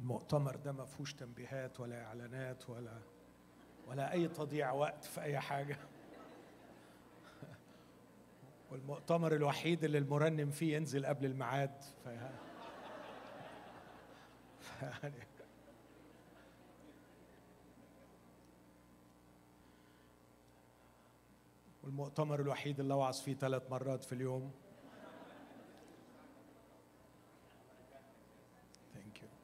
المؤتمر ده ما فيهوش تنبيهات ولا اعلانات ولا اي تضييع وقت في اي حاجه. والمؤتمر الوحيد اللي المرنم فيه ينزل قبل الميعاد يعني والمؤتمر الوحيد اللي اوعظ فيه 3 مرات في اليوم. ثانك يو.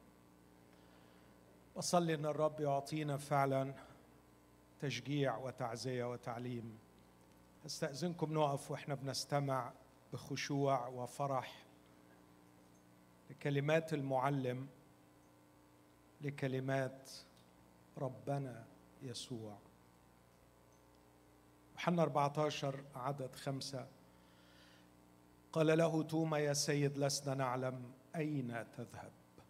بصلي ان الرب يعطينا فعلا تشجيع وتعزية وتعليم. استأذنكم نقف واحنا بنستمع بخشوع وفرح لكلمات المعلم، لكلمات ربنا يسوع. يوحنا 14 عدد 5: قال له توما يا سيد لسنا نعلم أين تذهب،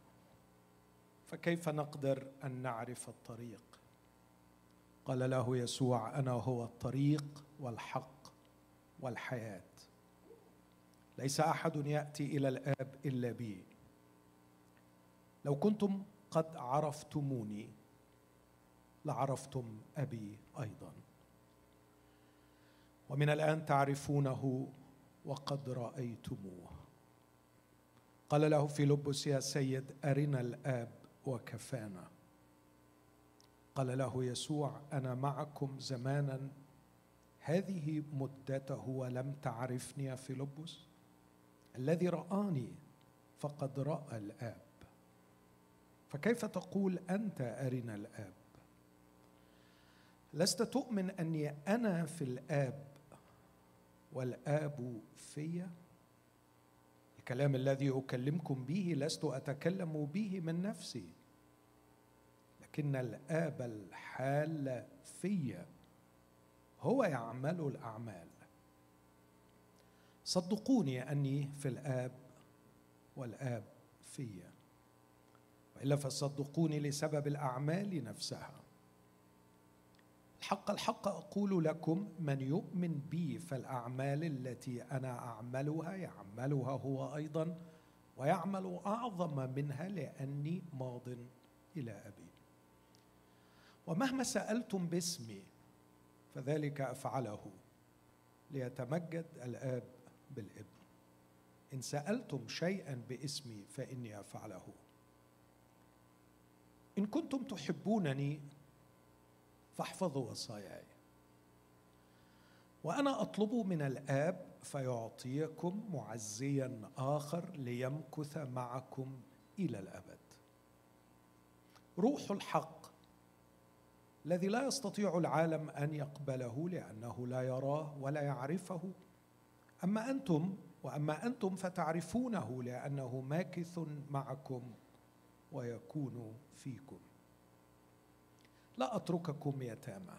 فكيف نقدر أن نعرف الطريق؟ قال له يسوع أنا هو الطريق والحق والحياة، ليس أحد يأتي إلى الآب إلا بي. لو كنتم قد عرفتموني لعرفتم أبي أيضا، ومن الآن تعرفونه وقد رأيتموه. قال له فيلبس يا سيد أرنا الآب وكفانا. قال له يسوع أنا معكم زمانا، هذه مدته ولم تعرفني يا فيلبس؟ الذي رآني فقد رأى الآب، فكيف تقول أنت أرنا الآب؟ لست تؤمن أني أنا في الآب والآب في؟ الكلام الذي أكلمكم به لست أتكلم به من نفسي، لكن الآب الحال في هو يعمل الأعمال. صدقوني أني في الآب والآب في، وإلا فصدقوني لسبب الأعمال نفسها. الحق الحق أقول لكم من يؤمن بي فالأعمال التي أنا أعملها يعملها هو أيضا، ويعمل أعظم منها لأني ماض إلى أبي. ومهما سألتم باسمي فذلك أفعله ليتمجد الآب بالابن. إن سألتم شيئا باسمي فإني أفعله. إن كنتم تحبونني فاحفظوا وصاياي، وأنا أطلب من الآب فيعطيكم معزيا آخر ليمكث معكم إلى الأبد، روح الحق الذي لا يستطيع العالم أن يقبله لأنه لا يراه ولا يعرفه. أما أنتم فتعرفونه لأنه ماكث معكم ويكون فيكم. لا أترككم يتامى،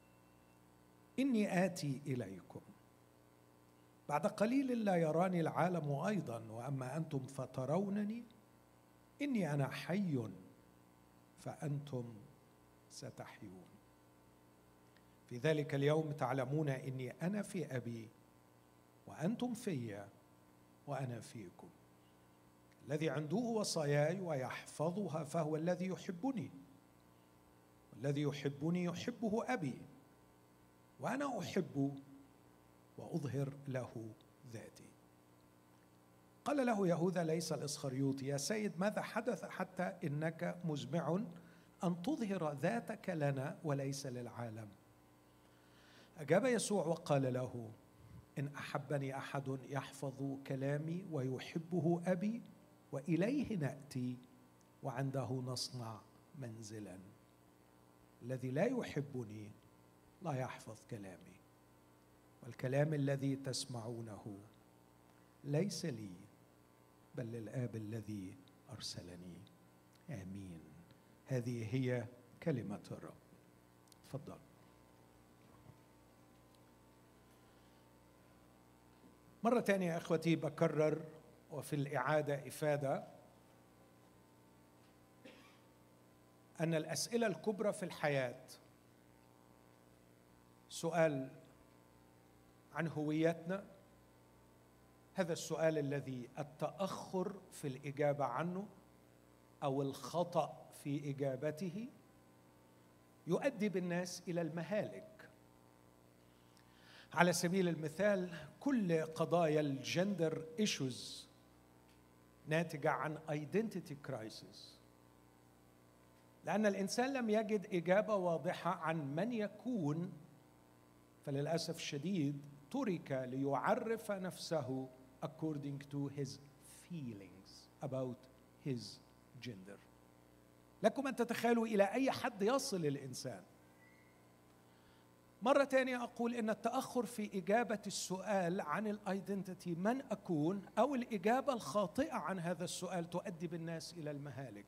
إني آتي إليكم. بعد قليل لا يراني العالم أيضا، وأما أنتم فترونني، إني أنا حي فأنتم ستحيون. في ذلك اليوم تعلمون إني أنا في أبي وأنتم في وأنا فيكم. الذي عنده وصاياي ويحفظها فهو الذي يحبني، والذي يحبني يحبه أبي، وأنا أحب وأظهر له ذاتي. قال له يهوذا ليس الإسخريوطي يا سيد ماذا حدث حتى إنك مزمع أن تظهر ذاتك لنا وليس للعالم؟ أجاب يسوع وقال له إن أحبني أحد يحفظ كلامي ويحبه أبي وإليه نأتي وعنده نصنع منزلا. الذي لا يحبني لا يحفظ كلامي، والكلام الذي تسمعونه ليس لي بل للآب الذي أرسلني. آمين. هذه هي كلمة الرب. تفضل. مرة تانية يا أخوتي بكرر وفي الإعادة إفادة أن الأسئلة الكبرى في الحياة سؤال عن هويتنا، هذا السؤال الذي التأخر في الإجابة عنه أو الخطأ في إجابته يؤدي بالناس إلى المهالك. على سبيل المثال كل قضايا الجندر إيشوز ناتجة عن identity crisis، لأن الإنسان لم يجد إجابة واضحة عن من يكون، فللأسف الشديد ترك ليعرف نفسه according to his feelings about his gender. لكم أن تتخيلوا إلى أي حد يصل الإنسان. مرة تانية أقول إن التأخر في إجابة السؤال عن الأيدنتيتي من أكون، أو الإجابة الخاطئة عن هذا السؤال، تؤدي بالناس إلى المهالك.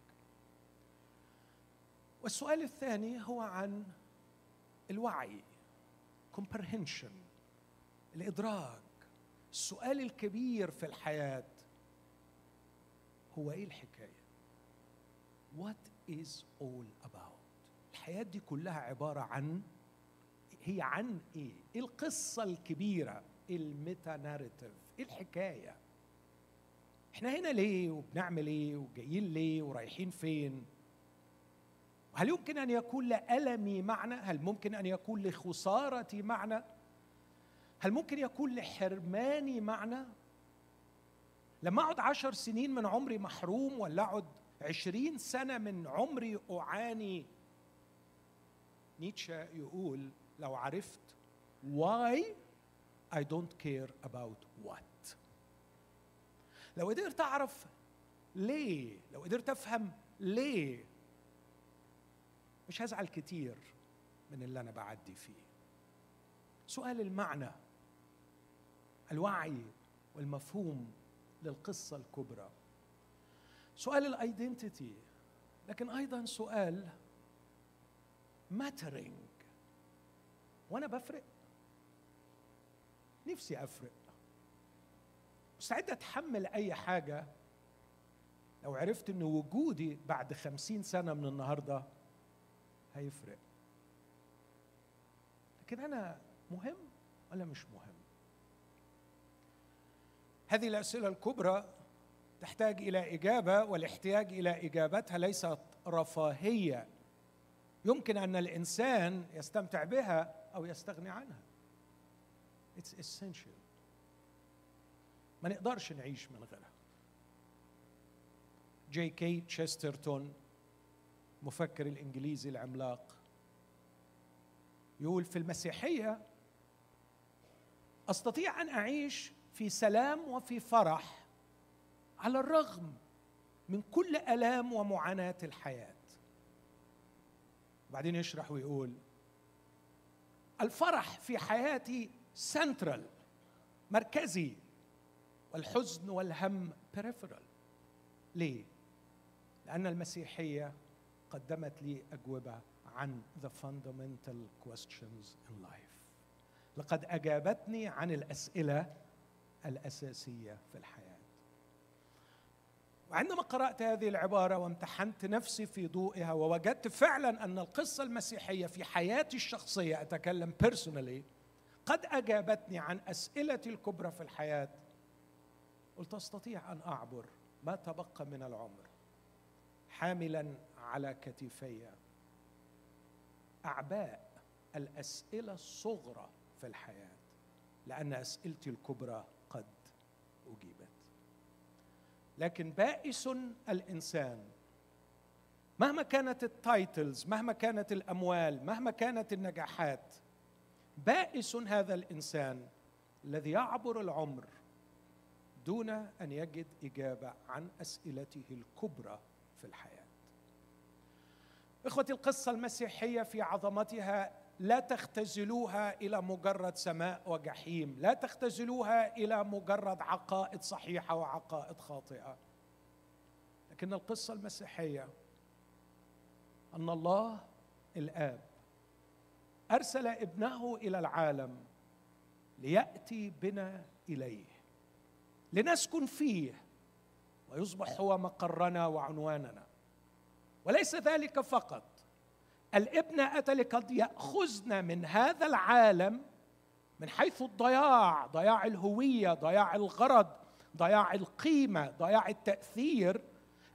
والسؤال الثاني هو عن الوعي، comprehension، الإدراك. السؤال الكبير في الحياة هو إيه الحكاية؟ What is all about؟ الحياة دي كلها عبارة عن، هي عن إيه؟ إيه القصة الكبيرة؟ الميتا ناريتيف، إيه الحكاية؟ إحنا هنا ليه؟ وبنعمل إيه؟ وجايين ليه؟ ورايحين فين؟ هل يمكن أن يكون لألمي معنى؟ هل ممكن أن يكون لخسارتي معنى؟ هل ممكن يكون لحرماني معنى؟ لما أقعد 10 سنين من عمري محروم، ولا أقعد 20 سنة من عمري أعاني؟ نيتشه يقول لو عرفت why I don't care about what، لو قدرت أعرف ليه، لو قدرت أفهم ليه، مش هزعل كتير من اللي أنا بعدي فيه. سؤال المعنى، الوعي والمفهوم للقصة الكبرى، سؤال الايدنتيتي، لكن أيضا سؤال ماترينج. وأنا بفرق؟ نفسي أفرق، مستعد أتحمل أي حاجة لو عرفت أن وجودي بعد 50 سنة من النهاردة هيفرق. لكن أنا مهم ولا مش مهم؟ هذه الأسئلة الكبرى تحتاج إلى إجابة، والاحتياج إلى إجابتها ليست رفاهية يمكن أن الإنسان يستمتع بها أو يستغني عنها. It's essential، ما نقدرش نعيش من غيرها. جي كي تشسترتون مفكر الإنجليزي العملاق يقول في المسيحية أستطيع أن أعيش في سلام وفي فرح على الرغم من كل آلام ومعاناة الحياة. وبعدين يشرح ويقول الفرح في حياتي سنترال، مركزي، والحزن والهم peripheral. ليه؟ لأن المسيحية قدمت لي أجوبة عن the fundamental questions in life. لقد أجابتني عن الأسئلة الأساسية في الحياة. وعندما قرأت هذه العبارة وامتحنت نفسي في ضوئها، ووجدت فعلا أن القصة المسيحية في حياتي الشخصية، أتكلم personally، قد أجابتني عن أسئلتي الكبرى في الحياة، قلت أستطيع أن أعبر ما تبقى من العمر حاملا على كتفي أعباء الأسئلة الصغرى في الحياة، لأن أسئلتي الكبرى قد أجيبت. لكن بائس الإنسان مهما كانت التايتلز، مهما كانت الأموال، مهما كانت النجاحات، بائس هذا الإنسان الذي يعبر العمر دون أن يجد إجابة عن أسئلته الكبرى في الحياة. إخوتي، القصة المسيحية في عظمتها لا تختزلوها إلى مجرد سماء وجحيم، لا تختزلوها إلى مجرد عقائد صحيحة وعقائد خاطئة، لكن القصة المسيحية أن الله الآب أرسل ابنه إلى العالم ليأتي بنا إليه لنسكن فيه ويصبح هو مقرنا وعنواننا. وليس ذلك فقط، الابن أتى لقد يأخذنا من هذا العالم من حيث الضياع، ضياع الهوية، ضياع الغرض، ضياع القيمة، ضياع التأثير،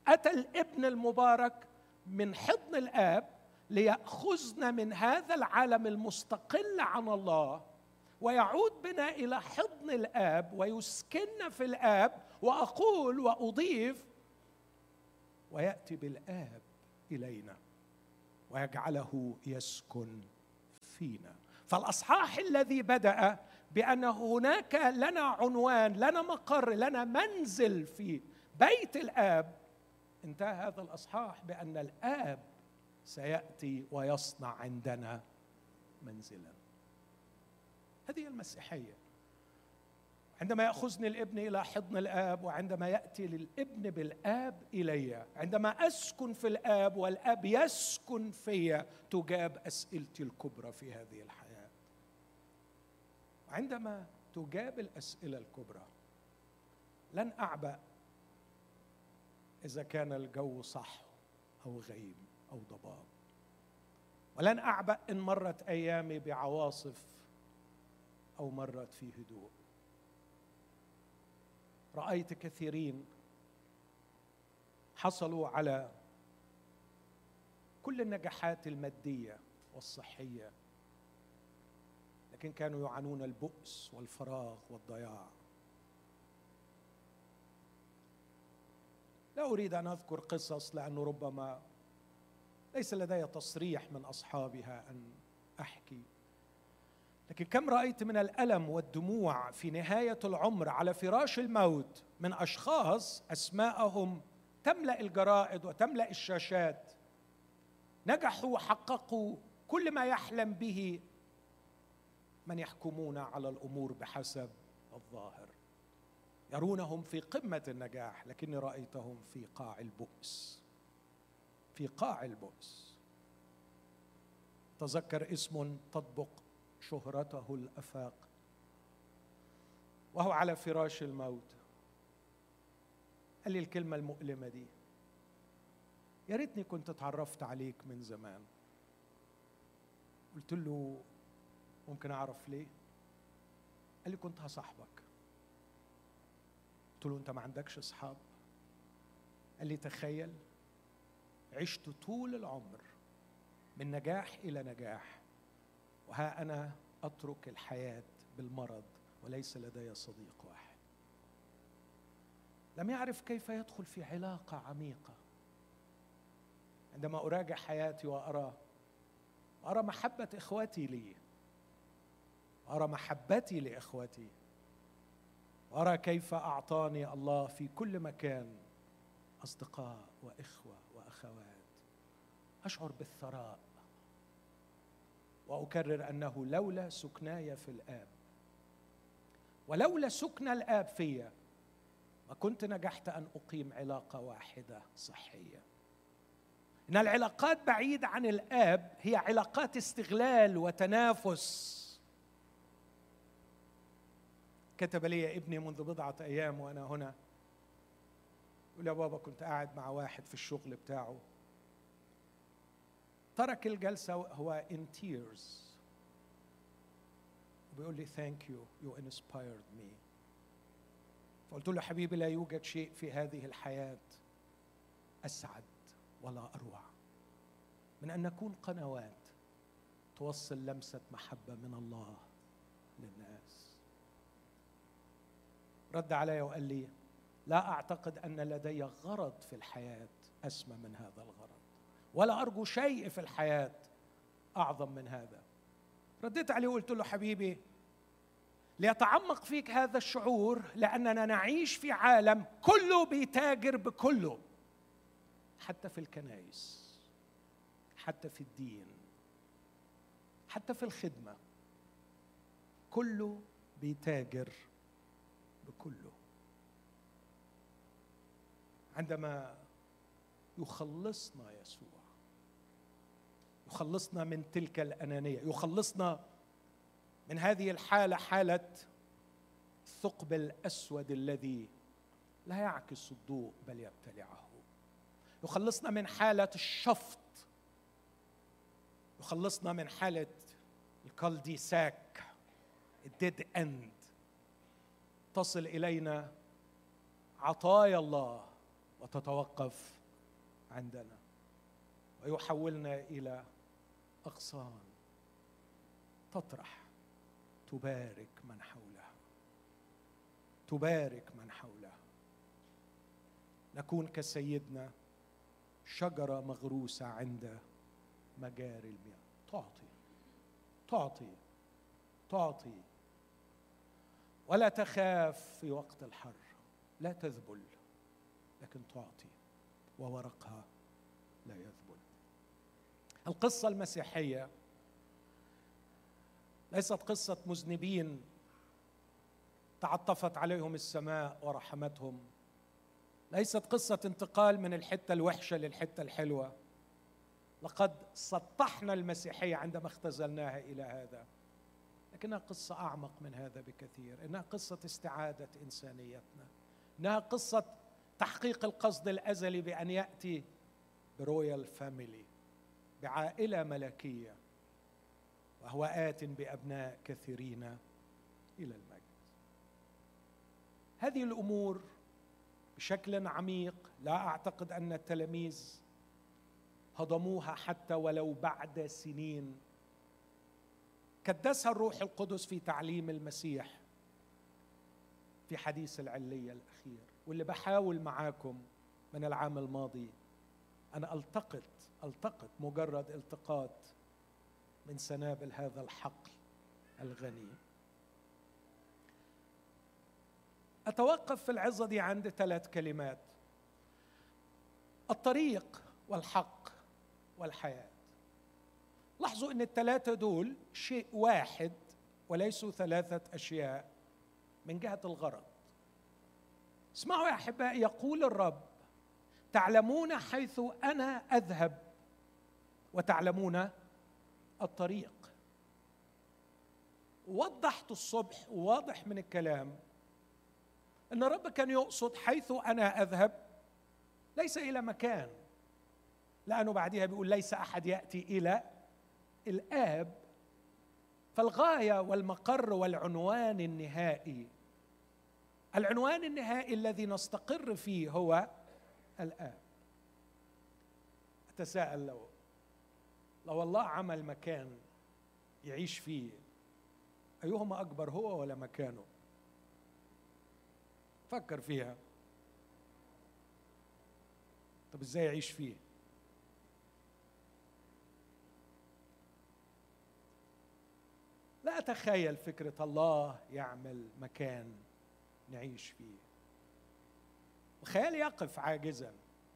أتى الابن المبارك من حضن الآب ليأخذنا من هذا العالم المستقل عن الله ويعود بنا إلى حضن الآب ويسكننا في الآب، وأقول وأضيف ويأتي بالآب إلينا ويجعله يسكن فينا. فالأصحاح الذي بدأ بأن هناك لنا عنوان، لنا مقر، لنا منزل في بيت الآب، انتهى هذا الأصحاح بأن الآب سيأتي ويصنع عندنا منزلا. هذه المسيحية. عندما يأخذني الابن إلى حضن الآب، وعندما يأتي للابن بالآب إلي، عندما أسكن في الآب والآب يسكن في، تجاب أسئلتي الكبرى في هذه الحياة. عندما تجاب الأسئلة الكبرى لن أعبأ إذا كان الجو صح أو غيم أو ضباب، ولن أعبأ إن مرت أيامي بعواصف أو مرت في هدوء. رأيت كثيرين حصلوا على كل النجاحات المادية والصحية، لكن كانوا يعانون البؤس والفراغ والضياع. لا أريد أن أذكر قصص لأنه ربما ليس لدي تصريح من أصحابها أن أحكي، لكن كم رأيت من الألم والدموع في نهاية العمر على فراش الموت من أشخاص أسماءهم تملأ الجرائد وتملأ الشاشات، نجحوا وحققوا كل ما يحلم به من يحكمون على الأمور بحسب الظاهر، يرونهم في قمة النجاح، لكني رأيتهم في قاع البؤس، في قاع البؤس. تذكر اسم تطبق شهرته الآفاق وهو على فراش الموت، قال لي الكلمة المؤلمة دي: يا ريتني كنت اتعرفت عليك من زمان. قلت له ممكن أعرف ليه؟ قال لي كنت هصاحبك. قلت له أنت ما عندكش أصحاب؟ قال لي تخيل، عشت طول العمر من نجاح إلى نجاح، وها أنا أترك الحياة بالمرض وليس لدي صديق واحد. لم يعرف كيف يدخل في علاقة عميقة. عندما أراجع حياتي وأرى محبة إخوتي لي، وأرى محبتي لإخوتي، وأرى كيف أعطاني الله في كل مكان أصدقاء وإخوة وأخوات، أشعر بالثراء، وأكرر أنه لولا سكناي في الآب ولولا سكن الآب فيا ما كنت نجحت أن أقيم علاقة واحدة صحية. إن العلاقات بعيد عن الآب هي علاقات استغلال وتنافس. كتب لي ابني منذ بضعة أيام وأنا هنا، يقول يا بابا كنت قاعد مع واحد في الشغل بتاعه، ترك الجلسة هو in tears، وبيقول لي thank you, you inspired me. فقلت له حبيبي لا يوجد شيء في هذه الحياة أسعد ولا أروع من أن نكون قنوات توصل لمسة محبة من الله للناس. رد علي وقال لي لا أعتقد أن لدي غرض في الحياة أسمى من هذا الغرض، ولا أرجو شيء في الحياة أعظم من هذا. رديت عليه وقلت له حبيبي ليتعمق فيك هذا الشعور، لأننا نعيش في عالم كله بيتاجر بكله، حتى في الكنائس، حتى في الدين، حتى في الخدمة، كله بيتاجر بكله. عندما يخلصنا يسوع، يخلصنا من تلك الأنانية، يخلصنا من هذه الحالة، حالة الثقب الأسود الذي لا يعكس الضوء بل يبتلعه، يخلصنا من حالة الشفط، يخلصنا من حالة الكالديساك، الديد اند. تصل إلينا عطايا الله وتتوقف عندنا ويحولنا إلى أغصان تطرح تبارك من حولها، تبارك من حولها. نكون كسيدنا شجرة مغروسة عند مجاري المياه، تعطي تعطي تعطي ولا تخاف في وقت الحر، لا تذبل لكن تعطي وورقها لا يذبل. القصة المسيحية ليست قصة مذنبين تعطفت عليهم السماء ورحمتهم، ليست قصة انتقال من الحتة الوحشة للحتة الحلوة. لقد سطحنا المسيحية عندما اختزلناها إلى هذا، لكنها قصة أعمق من هذا بكثير. إنها قصة استعادة إنسانيتنا، إنها قصة تحقيق القصد الأزلي بأن يأتي برويال فاميلي، بعائلة ملكية، وهو آت بأبناء كثيرين إلى المجد. هذه الأمور بشكل عميق لا أعتقد أن التلاميذ هضموها حتى ولو بعد سنين. كدسها الروح القدس في تعليم المسيح في حديث العلية الأخير، واللي بحاول معاكم من العام الماضي أنا ألتقط مجرد التقاط من سنابل هذا الحقل الغني. أتوقف في العظة دي عند 3 كلمات: الطريق والحق والحياة. لاحظوا أن ال3 دول شيء واحد وليسوا 3 أشياء من جهة الغرض. اسمعوا يا أحبائي، يقول الرب: تعلمون حيث أنا أذهب وتعلمون الطريق. وضحت الصبح وواضح من الكلام أن الرب كان يقصد حيث أنا أذهب ليس إلى مكان، لأنه بعدها بيقول ليس أحد يأتي إلى الآب. فالغاية والمقر والعنوان النهائي، العنوان النهائي الذي نستقر فيه هو الآب. أتساءل لو الله عمل مكان يعيش فيه، أيهما أكبر، هو ولا مكانه؟ فكر فيها. طب إزاي يعيش فيه؟ لا أتخيل فكرة الله يعمل مكان نعيش فيه، وخيالي يقف عاجزا،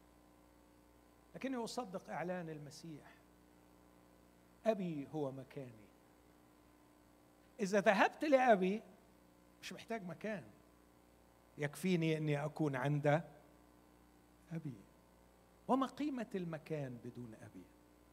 لكني أصدق إعلان المسيح: أبي هو مكاني. إذا ذهبت لأبي مش محتاج مكان، يكفيني أني أكون عند أبي. وما قيمة المكان بدون أبي؟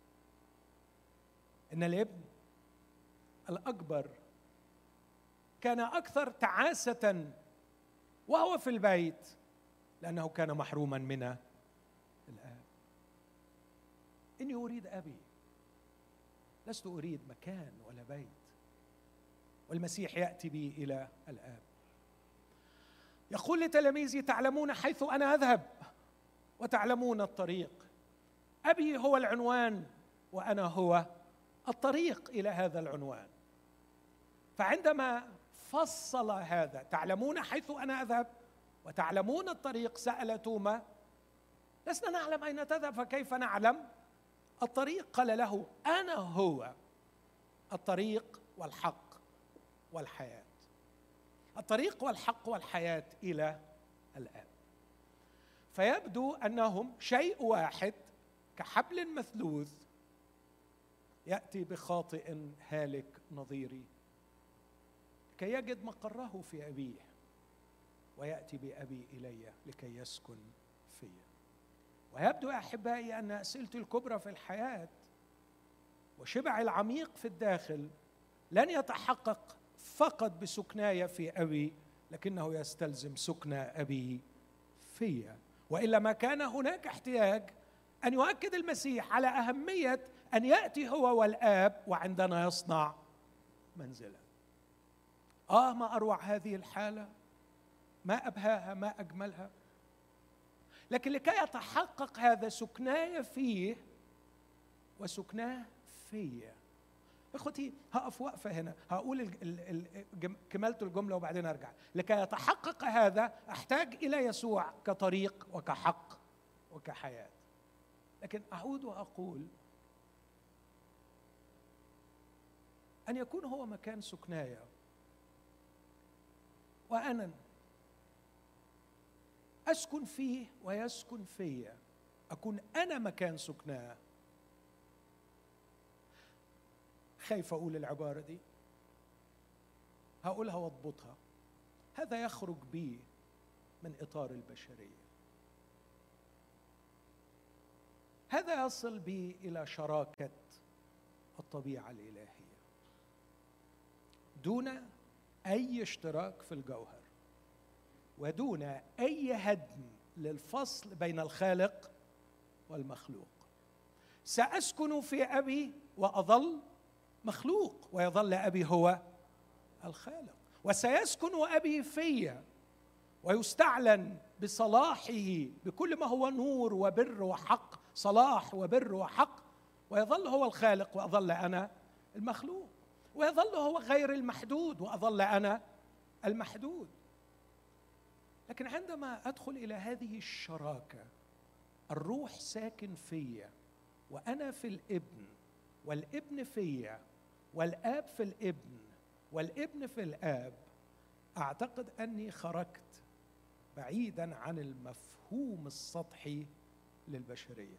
إن الابن الأكبر كان أكثر تعاسة وهو في البيت لأنه كان محروما من الآب. إني أريد أبي، لست أريد مكان ولا بيت، والمسيح يأتي بي إلى الآب. يقول لتلاميذه: تعلمون حيث أنا أذهب وتعلمون الطريق. أبي هو العنوان وأنا هو الطريق إلى هذا العنوان. فعندما فصل هذا: تعلمون حيث أنا أذهب وتعلمون الطريق، سأل توما: لسنا نعلم أين تذهب فكيف نعلم الطريق؟ قال له: أنا هو الطريق والحق والحياة. الطريق والحق والحياة إلى الآب. فيبدو أنهم شيء واحد كحبل مثلوث يأتي بخاطئ هالك نظيري لكي يجد مقره في أبيه، ويأتي بأبي إلي لكي يسكن في. ويبدو يا أحبائي أن أسئلتي الكبرى في الحياة وشبع العميق في الداخل لن يتحقق فقط بسكناي في أبي، لكنه يستلزم سكن أبي في. وإلا ما كان هناك احتياج أن يؤكد المسيح على أهمية أن يأتي هو والآب وعندنا يصنع منزلا. ما أروع هذه الحالة، ما أبهاها، ما أجملها. لكن لكي يتحقق هذا سكناي فيه وسكناه فيا. اخوتي هقف وقفه هنا، هقول كمالة الجمله وبعدين ارجع. لكي يتحقق هذا احتاج الى يسوع كطريق وكحق وكحياه. لكن اعود واقول ان يكون هو مكان سكناي وانا اسكن فيه ويسكن فيا، اكون انا مكان سكناه. خايف اقول العباره دي، هقولها واضبطها. هذا يخرج بي من اطار البشريه، هذا يصل بي الى شراكه الطبيعه الالهيه دون اي اشتراك في الجوهر ودون اي هدم للفصل بين الخالق والمخلوق. ساسكن في ابي واظل مخلوق، ويظل ابي هو الخالق، وسيسكن ابي فيا ويستعلن بصلاحه بكل ما هو نور وبر وحق، صلاح وبر وحق، ويظل هو الخالق واظل انا المخلوق، ويظل هو غير المحدود واظل انا المحدود. لكن عندما ادخل الى هذه الشراكه، الروح ساكن فيا وانا في الابن والابن فيا والاب في الابن والابن في الاب، اعتقد اني خرجت بعيدا عن المفهوم السطحي للبشريه،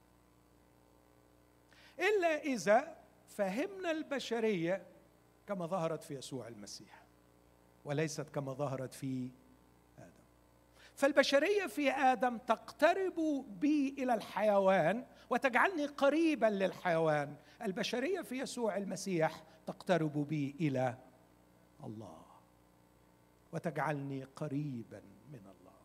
الا اذا فهمنا البشريه كما ظهرت في يسوع المسيح وليست كما ظهرت في آدم. فالبشريه في آدم تقترب بي الى الحيوان وتجعلني قريبا للحيوان، البشريه في يسوع المسيح تقترب بي الى الله وتجعلني قريبا من الله.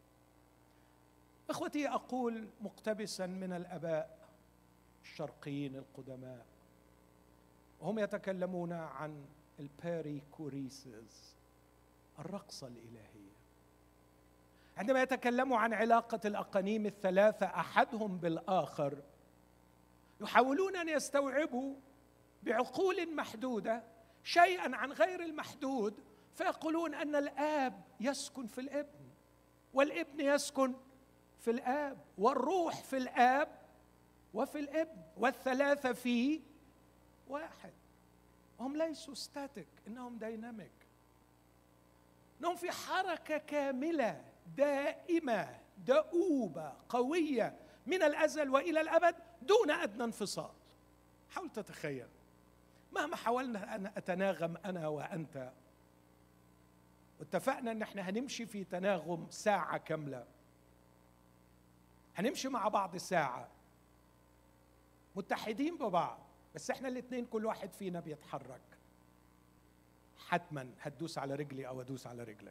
اخوتي، اقول مقتبسا من الاباء الشرقيين القدماء وهم يتكلمون عن الباريكوريسيس، الرقصه الالهيه، عندما يتكلموا عن علاقه الاقانيم الثلاثه احدهم بالاخر، يحاولون ان يستوعبوا بعقول محدوده شيئا عن غير المحدود، فيقولون ان الاب يسكن في الابن والابن يسكن في الاب والروح في الاب وفي الابن والثلاثه في واحد. هم ليسوا ستاتيك، انهم دايناميك، انهم في حركه كامله دائمه دؤوبه قويه من الازل والى الابد دون ادنى انفصال. حاول تتخيل، مهما حاولنا ان اتناغم انا وانت، واتفقنا ان احنا هنمشي في تناغم ساعه كامله، هنمشي مع بعض ساعه متحدين ببعض، بس احنا الاثنين كل واحد فينا بيتحرك، حتما هتدوس على رجلي او ادوس على رجلك،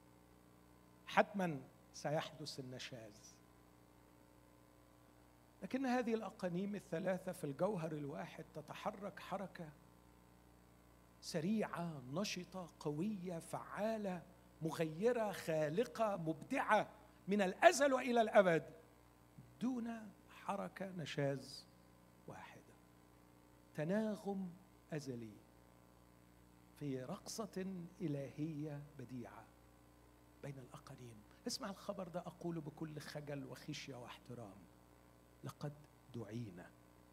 حتما سيحدث النشاز. لكن هذه الاقانيم الثلاثه في الجوهر الواحد تتحرك حركه سريعه نشطه قويه فعاله مغيره خالقه مبدعه من الازل والى الابد دون حركه نشاز واحده، تناغم ازلي في رقصه الهيه بديعه بين الاقانيم. اسمع الخبر ده، اقول بكل خجل وخشيه واحترام، لقد دعينا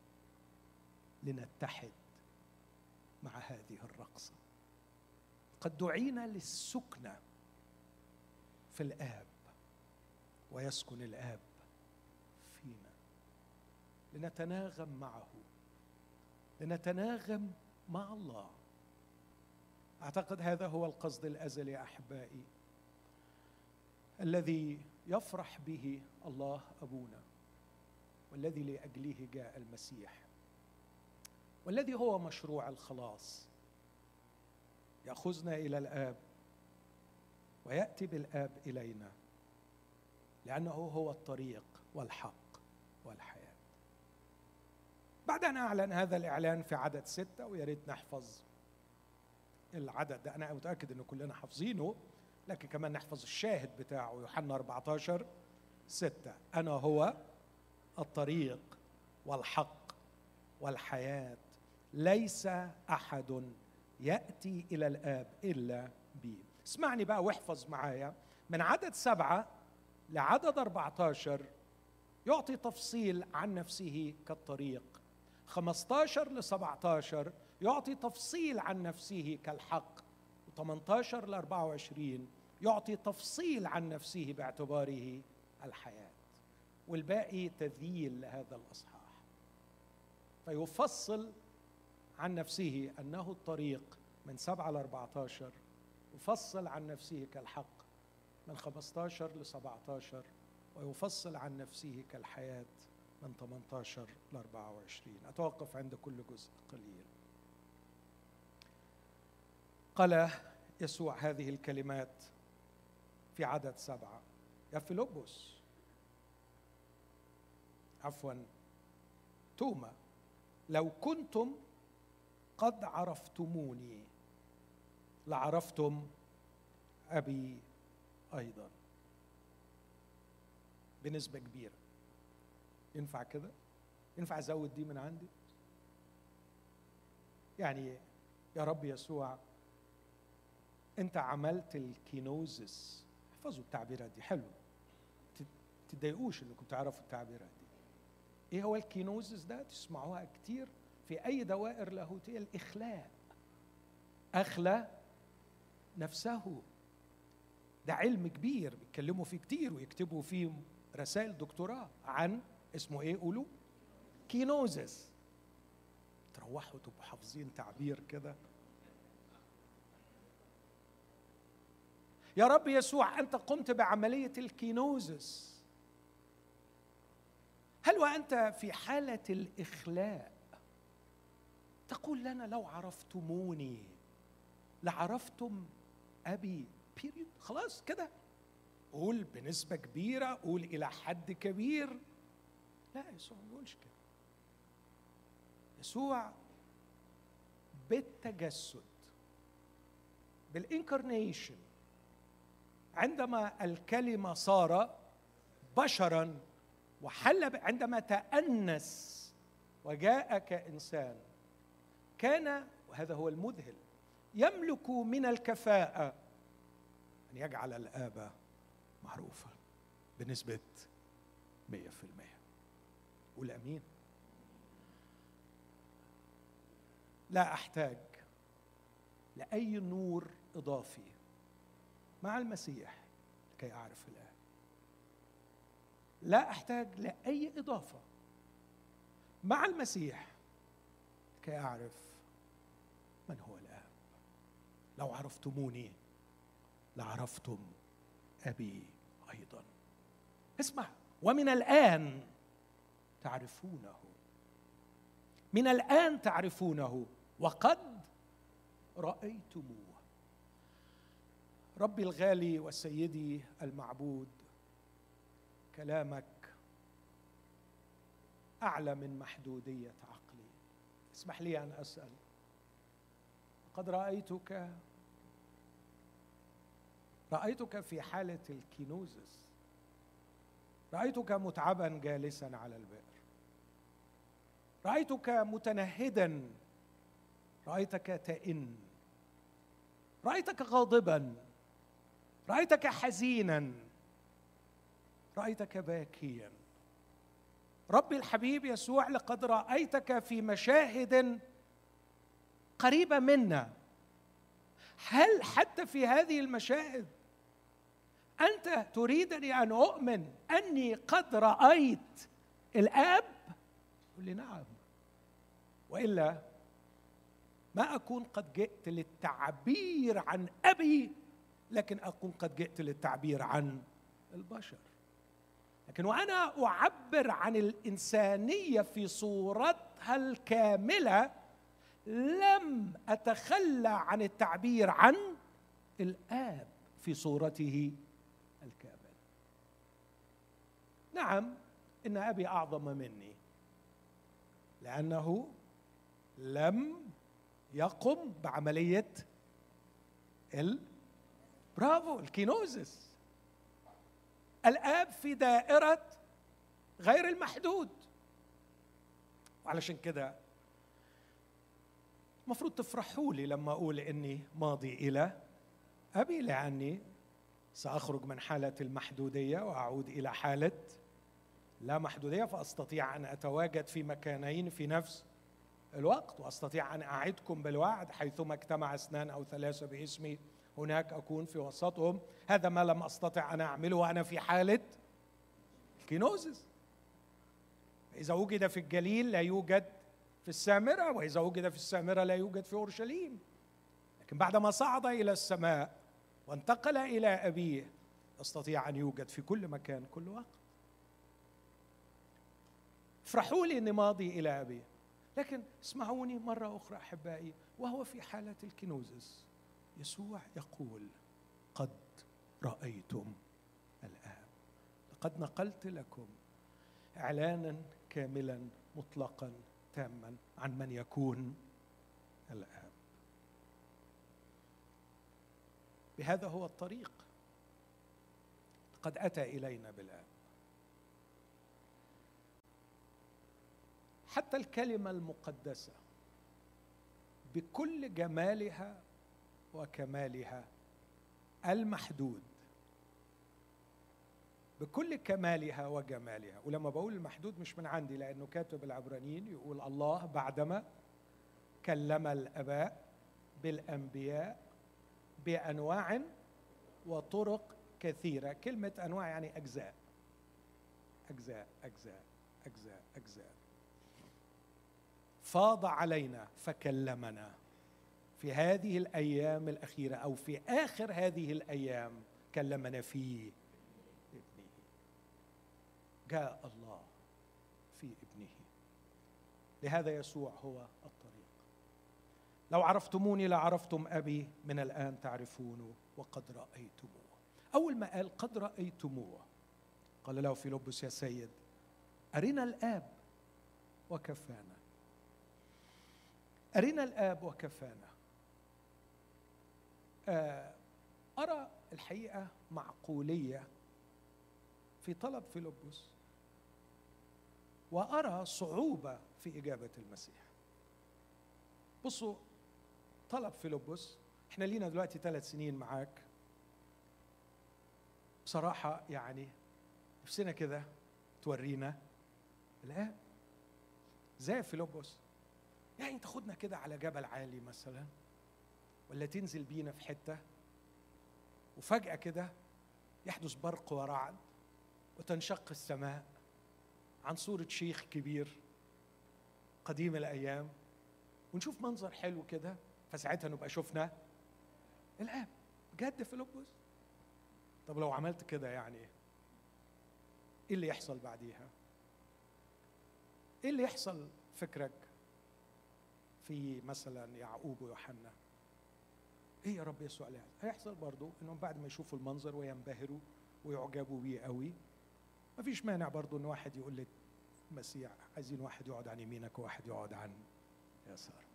لنتحد مع هذه الرقصه، قد دعينا للسكنه في الآب ويسكن الآب فينا، لنتناغم معه، لنتناغم مع الله. أعتقد هذا هو القصد الأزلي يا أحبائي الذي يفرح به الله أبونا، والذي لأجله جاء المسيح، والذي هو مشروع الخلاص، يأخذنا إلى الآب ويأتي بالآب إلينا، لأنه هو الطريق والحق والحياة. بعد أن أعلن هذا الإعلان في عدد 6، وياريت نحفظ العدد ده، أنا متأكد أن كلنا حافظينه، لكن كمان نحفظ الشاهد بتاعه يوحنا 14. 6. أنا هو الطريق والحق والحياة، ليس أحد يأتي إلى الآب إلا بي. اسمعني بقى واحفظ معايا، من عدد 7 لعدد 14 يعطي تفصيل عن نفسه كالطريق، 15 ل 17 يعطي تفصيل عن نفسه كالحق، و18 ل 24 يعطي تفصيل عن نفسه باعتباره الحياة، والباقي تذييل لهذا الأصحاح. فيفصل عن نفسه أنه الطريق من 7 ل 14، يفصل عن نفسه كالحق من 15 ل 17، ويفصل عن نفسه كالحياة من 18 ل 24. أتوقف عند كل جزء قليل. قال يسوع هذه الكلمات في عدد 7: يا فيلبس، توما، لو كنتم قد عرفتموني لعرفتم أبي أيضا. بنسبة كبيرة. ينفع كده؟ ينفع أزود دي من عندي؟ يعني يا رب يسوع، أنت عملت الكينوزس. احفظوا التعبيرات دي، حلو، تضايقوش انكم تعرفوا التعبيرات دي. ايه هو الكينوزس ده؟ تسمعوها كتير في اي دوائر لاهوتيه. الاخلاء، اخلى نفسه. ده علم كبير بيتكلموا فيه كتير ويكتبوا فيه رسائل دكتوراه عن اسمه ايه؟ قولوا كينوزس. تروحوا تبقوا حافظين تعبير كده. يا رب يسوع، أنت قمت بعملية الكينوزس. هل وأنت في حالة الإخلاء تقول لنا لو عرفتموني لعرفتم أبي؟ بيريود. خلاص كده، قول بنسبة كبيرة، قول إلى حد كبير. لا، يسوع ما بيقولش كده. يسوع بالتجسد، بالإنكارنيشن، عندما الكلمة صار بشراً وحل، عندما تأنس وجاء كإنسان، كان، وهذا هو المذهل، يملك من الكفاءة أن يجعل الآب معروفا بنسبة 100%. قول أمين. لا أحتاج لأي نور إضافي مع المسيح لكي أعرف الآب. لا أحتاج لأي إضافة مع المسيح لكي أعرف من هو الآب. لو عرفتموني لعرفتم أبي أيضا. اسمع، ومن الآن تعرفونه، من الآن تعرفونه وقد رأيتموه. ربي الغالي وسيدي المعبود، كلامك أعلى من محدودية عقلي. اسمح لي أن أسأل، قد رأيتك في حالة الكينوزس، رأيتك متعبا جالسا على البئر، رأيتك متنهدا، رأيتك تئن، رأيتك غاضبا، رأيتك حزينا، رأيتك باكيا. ربي الحبيب يسوع، لقد رأيتك في مشاهد قريبة منا. هل حتى في هذه المشاهد أنت تريدني أن أؤمن أني قد رأيت الآب؟ قل لي نعم، وإلا ما أكون قد جئت للتعبير عن أبي، لكن أكون قد جئت للتعبير عن البشر. لكن وأنا أعبر عن الإنسانية في صورتها الكاملة، لم أتخلى عن التعبير عن الآب في صورته الكاملة. نعم، إن أبي أعظم مني، لأنه لم يقم بعملية برافو الكينوزس. الآب في دائرة غير المحدود. وعلشان كده المفروض تفرحوا لي لما أقول إني ماضي إلى أبي، لأني سأخرج من حالة المحدودية وأعود إلى حالة لا محدودية، فأستطيع أن أتواجد في مكانين في نفس الوقت، وأستطيع أن أعدكم بالوعد: حيثما اجتمع 2 أو 3 باسمي هناك أكون في وسطهم. هذا ما لم أستطع أن أعمله وأنا في حالة الكينوزيس. إذا وجد في الجليل لا يوجد في السامرة، وإذا وجد في السامرة لا يوجد في أورشليم. لكن بعدما صعد إلى السماء وانتقل إلى أبيه يستطيع أن يوجد في كل مكان كل وقت. افرحوا لي أني ماضي إلى أبيه. لكن اسمعوني مرة أخرى أحبائي، وهو في حالة الكينوزيس يسوع يقول: قد رأيتم الآب. لقد نقلت لكم إعلانا كاملا مطلقا تاما عن من يكون الآب. بهذا هو الطريق. قد أتى إلينا بالآب. حتى الكلمة المقدسة بكل جمالها وكمالها المحدود، بكل كمالها وجمالها. ولما بقول المحدود مش من عندي، لأنه كاتب العبرانيين يقول: الله بعدما كلم الآباء بالأنبياء بأنواع وطرق كثيرة. كلمة أنواع يعني أجزاء أجزاء أجزاء أجزاء أجزاء. فاض علينا فكلمنا في هذه الأيام الأخيرة، أو في آخر هذه الأيام كلمنا في ابنه. جاء الله في ابنه. لهذا يسوع هو الطريق. لو عرفتموني لعرفتم أبي، من الآن تعرفونه وقد رأيتموه. أول ما قال قد رأيتموه قال له فيلبس: يا سيد أرنا الآب وكفانا. أرنا الآب وكفانا. أرى الحقيقة معقولية في طلب فيلبس، وأرى صعوبة في إجابة المسيح. بصوا، طلب فيلبس، احنا لينا دلوقتي 3 سنين معاك. بصراحة يعني نفسنا كده تورينا الآب. زي فيلبس يعني تاخدنا كده على جبل عالي مثلا، ولا تنزل بينا في حتة وفجأة كده يحدث برق ورعد وتنشق السماء عن صورة شيخ كبير قديم الأيام، ونشوف منظر حلو كده، فساعتها نبقى شفنا الآب. بجد فيلبس؟ طب لو عملت كده يعني ايه اللي يحصل بعديها؟ ايه اللي يحصل فكرك في مثلا يعقوب ويوحنا؟ ايه يا رب يسوع عليه؟ هيحصل برضو انهم بعد ما يشوفوا المنظر وينبهروا ويعجبوا بيه قوي، مفيش مانع برضو ان واحد يقول للمسيح: عايزين واحد يقعد عن يمينك وواحد يقعد عن يسارك.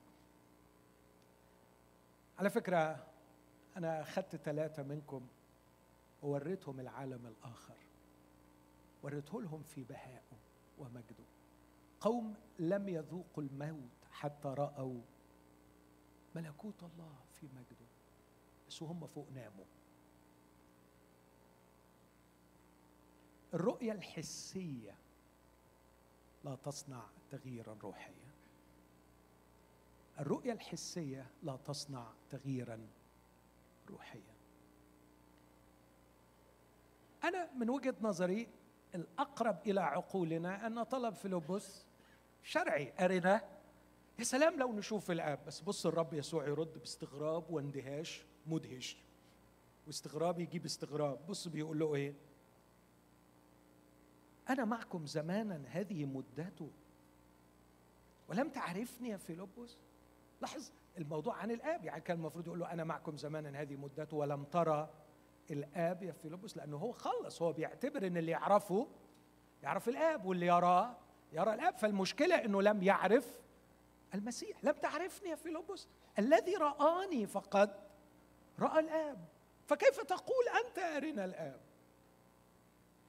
على فكرة أنا أخذت 3 منكم ووريتهم العالم الآخر، وريته لهم في بهائه ومجده. قوم لم يذوقوا الموت حتى رأوا ملكوت الله في مجده، بس هم فوق ناموا. الرؤية الحسية لا تصنع تغييرا روحيا. الرؤية الحسية لا تصنع تغييرا روحيا. أنا من وجهة نظري الأقرب إلى عقولنا أن طلب فيلبس شرعي: أرنا. يا سلام لو نشوف الآب. بس بص الرب يسوع يرد باستغراب واندهاش مدهش، واستغراب يجيب استغراب. بص بيقول له إيه: أنا معكم زمانا هذه مدته ولم تعرفني يا فيلبس. لاحظ الموضوع عن الآب، يعني كان المفروض يقول له أنا معكم زمانا هذه مدته ولم ترى الآب يا فيلبس، لأنه هو خلص، هو بيعتبر إن اللي يعرفه يعرف الآب، واللي يراه يرى الآب. فالمشكلة إنه لم يعرف المسيح. لم تعرفني يا فيلبس، الذي رآني فقد رأى الآب، فكيف تقول أنت أرنا الآب؟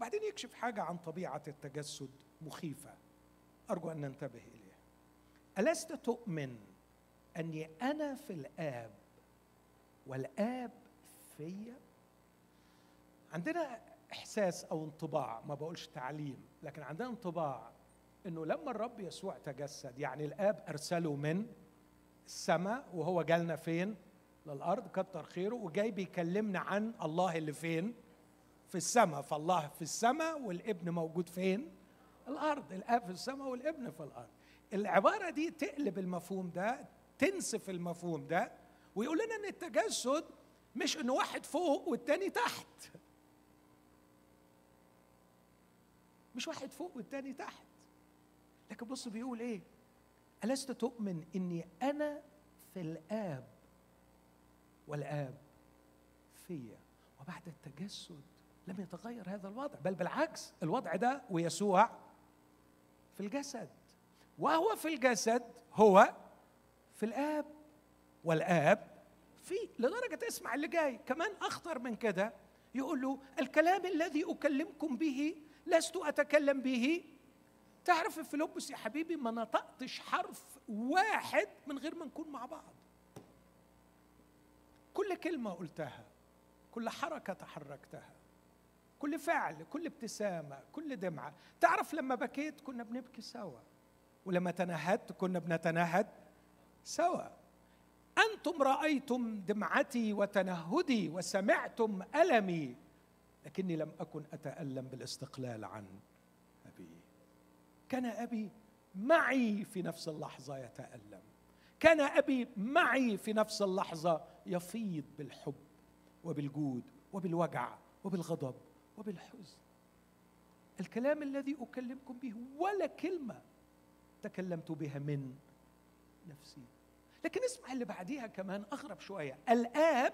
بعدين يكشف حاجة عن طبيعة التجسد مخيفة أرجو أن ننتبه إليها. ألست تؤمن أني أنا في الآب والآب فيا؟ عندنا إحساس أو انطباع، ما بقولش تعليم، لكن عندنا انطباع إنه لما الرب يسوع تجسد يعني الآب أرسله من السماء وهو جالنا فين؟ للأرض، كتر خيره، وجاي بيكلمنا عن الله اللي فين؟ في السماء. فالله في السماء والابن موجود فين؟ الأرض. الآب في السماء والابن في الأرض. العبارة دي تقلب المفهوم ده، تنسف المفهوم ده، ويقول لنا ان التجسد مش انه واحد فوق والتاني تحت، مش واحد فوق والتاني تحت. لكن بص بيقول ايه؟ ألست تؤمن اني انا في الآب والآب فيا؟ وبعد التجسد لم يتغير هذا الوضع، بل بالعكس، الوضع ده ويسوع في الجسد، وهو في الجسد هو في الآب والآب فيه. لدرجة اسمع اللي جاي كمان أخطر من كده، يقول له الكلام الذي أكلمكم به لست أتكلم به. تعرف في فيلبس يا حبيبي ما نطقتش حرف واحد من غير ما نكون مع بعض. كل كلمة قلتها، كل حركة تحركتها، كل فعل، كل ابتسامة، كل دمعة. تعرف لما بكيت كنا بنبكي سوا، ولما تنهدت كنا بنتنهد سوا. أنتم رأيتم دمعتي وتنهدي وسمعتم ألمي، لكني لم أكن أتألم بالاستقلال عن أبي. كان أبي معي في نفس اللحظة يتألم، كان أبي معي في نفس اللحظة يفيض بالحب وبالجود وبالوجع وبالغضب وبالحزن. الكلام الذي أكلمكم به ولا كلمة تكلمت بها من نفسي. لكن اسمع اللي بعديها كمان أغرب شوية، الآب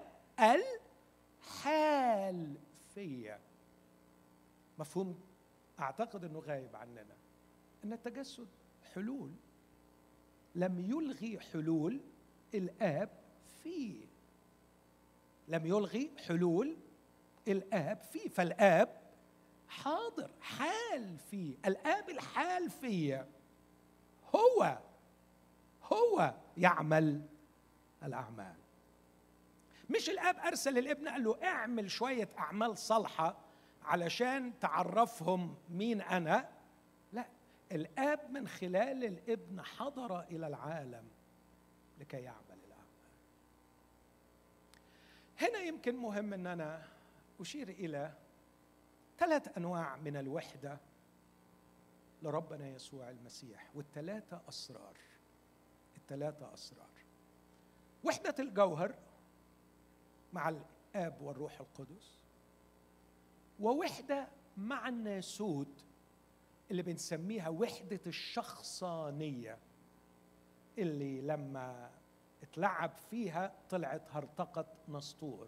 الحال فيا. مفهوم أعتقد أنه غايب عننا، أن التجسد حلول، لم يلغي حلول الآب فيه، لم يلغي حلول الآب فيه. فالآب حاضر، حال فيه. الآب الحال فيه هو يعمل الأعمال. مش الآب أرسل الابن قال له اعمل شوية أعمال صالحة علشان تعرفهم مين أنا. لا، الآب من خلال الابن حضر إلى العالم لكي يعمل الأعمال. هنا يمكن مهم أن أنا أشير إلى 3 أنواع من الوحدة لربنا يسوع المسيح، والثلاثة أسرار. الثلاثة أسرار: وحدة الجوهر مع الآب والروح القدس، ووحدة مع الناسوت اللي بنسميها وحدة الشخصانية، اللي لما اتلعب فيها طلعت هرطقة نسطور.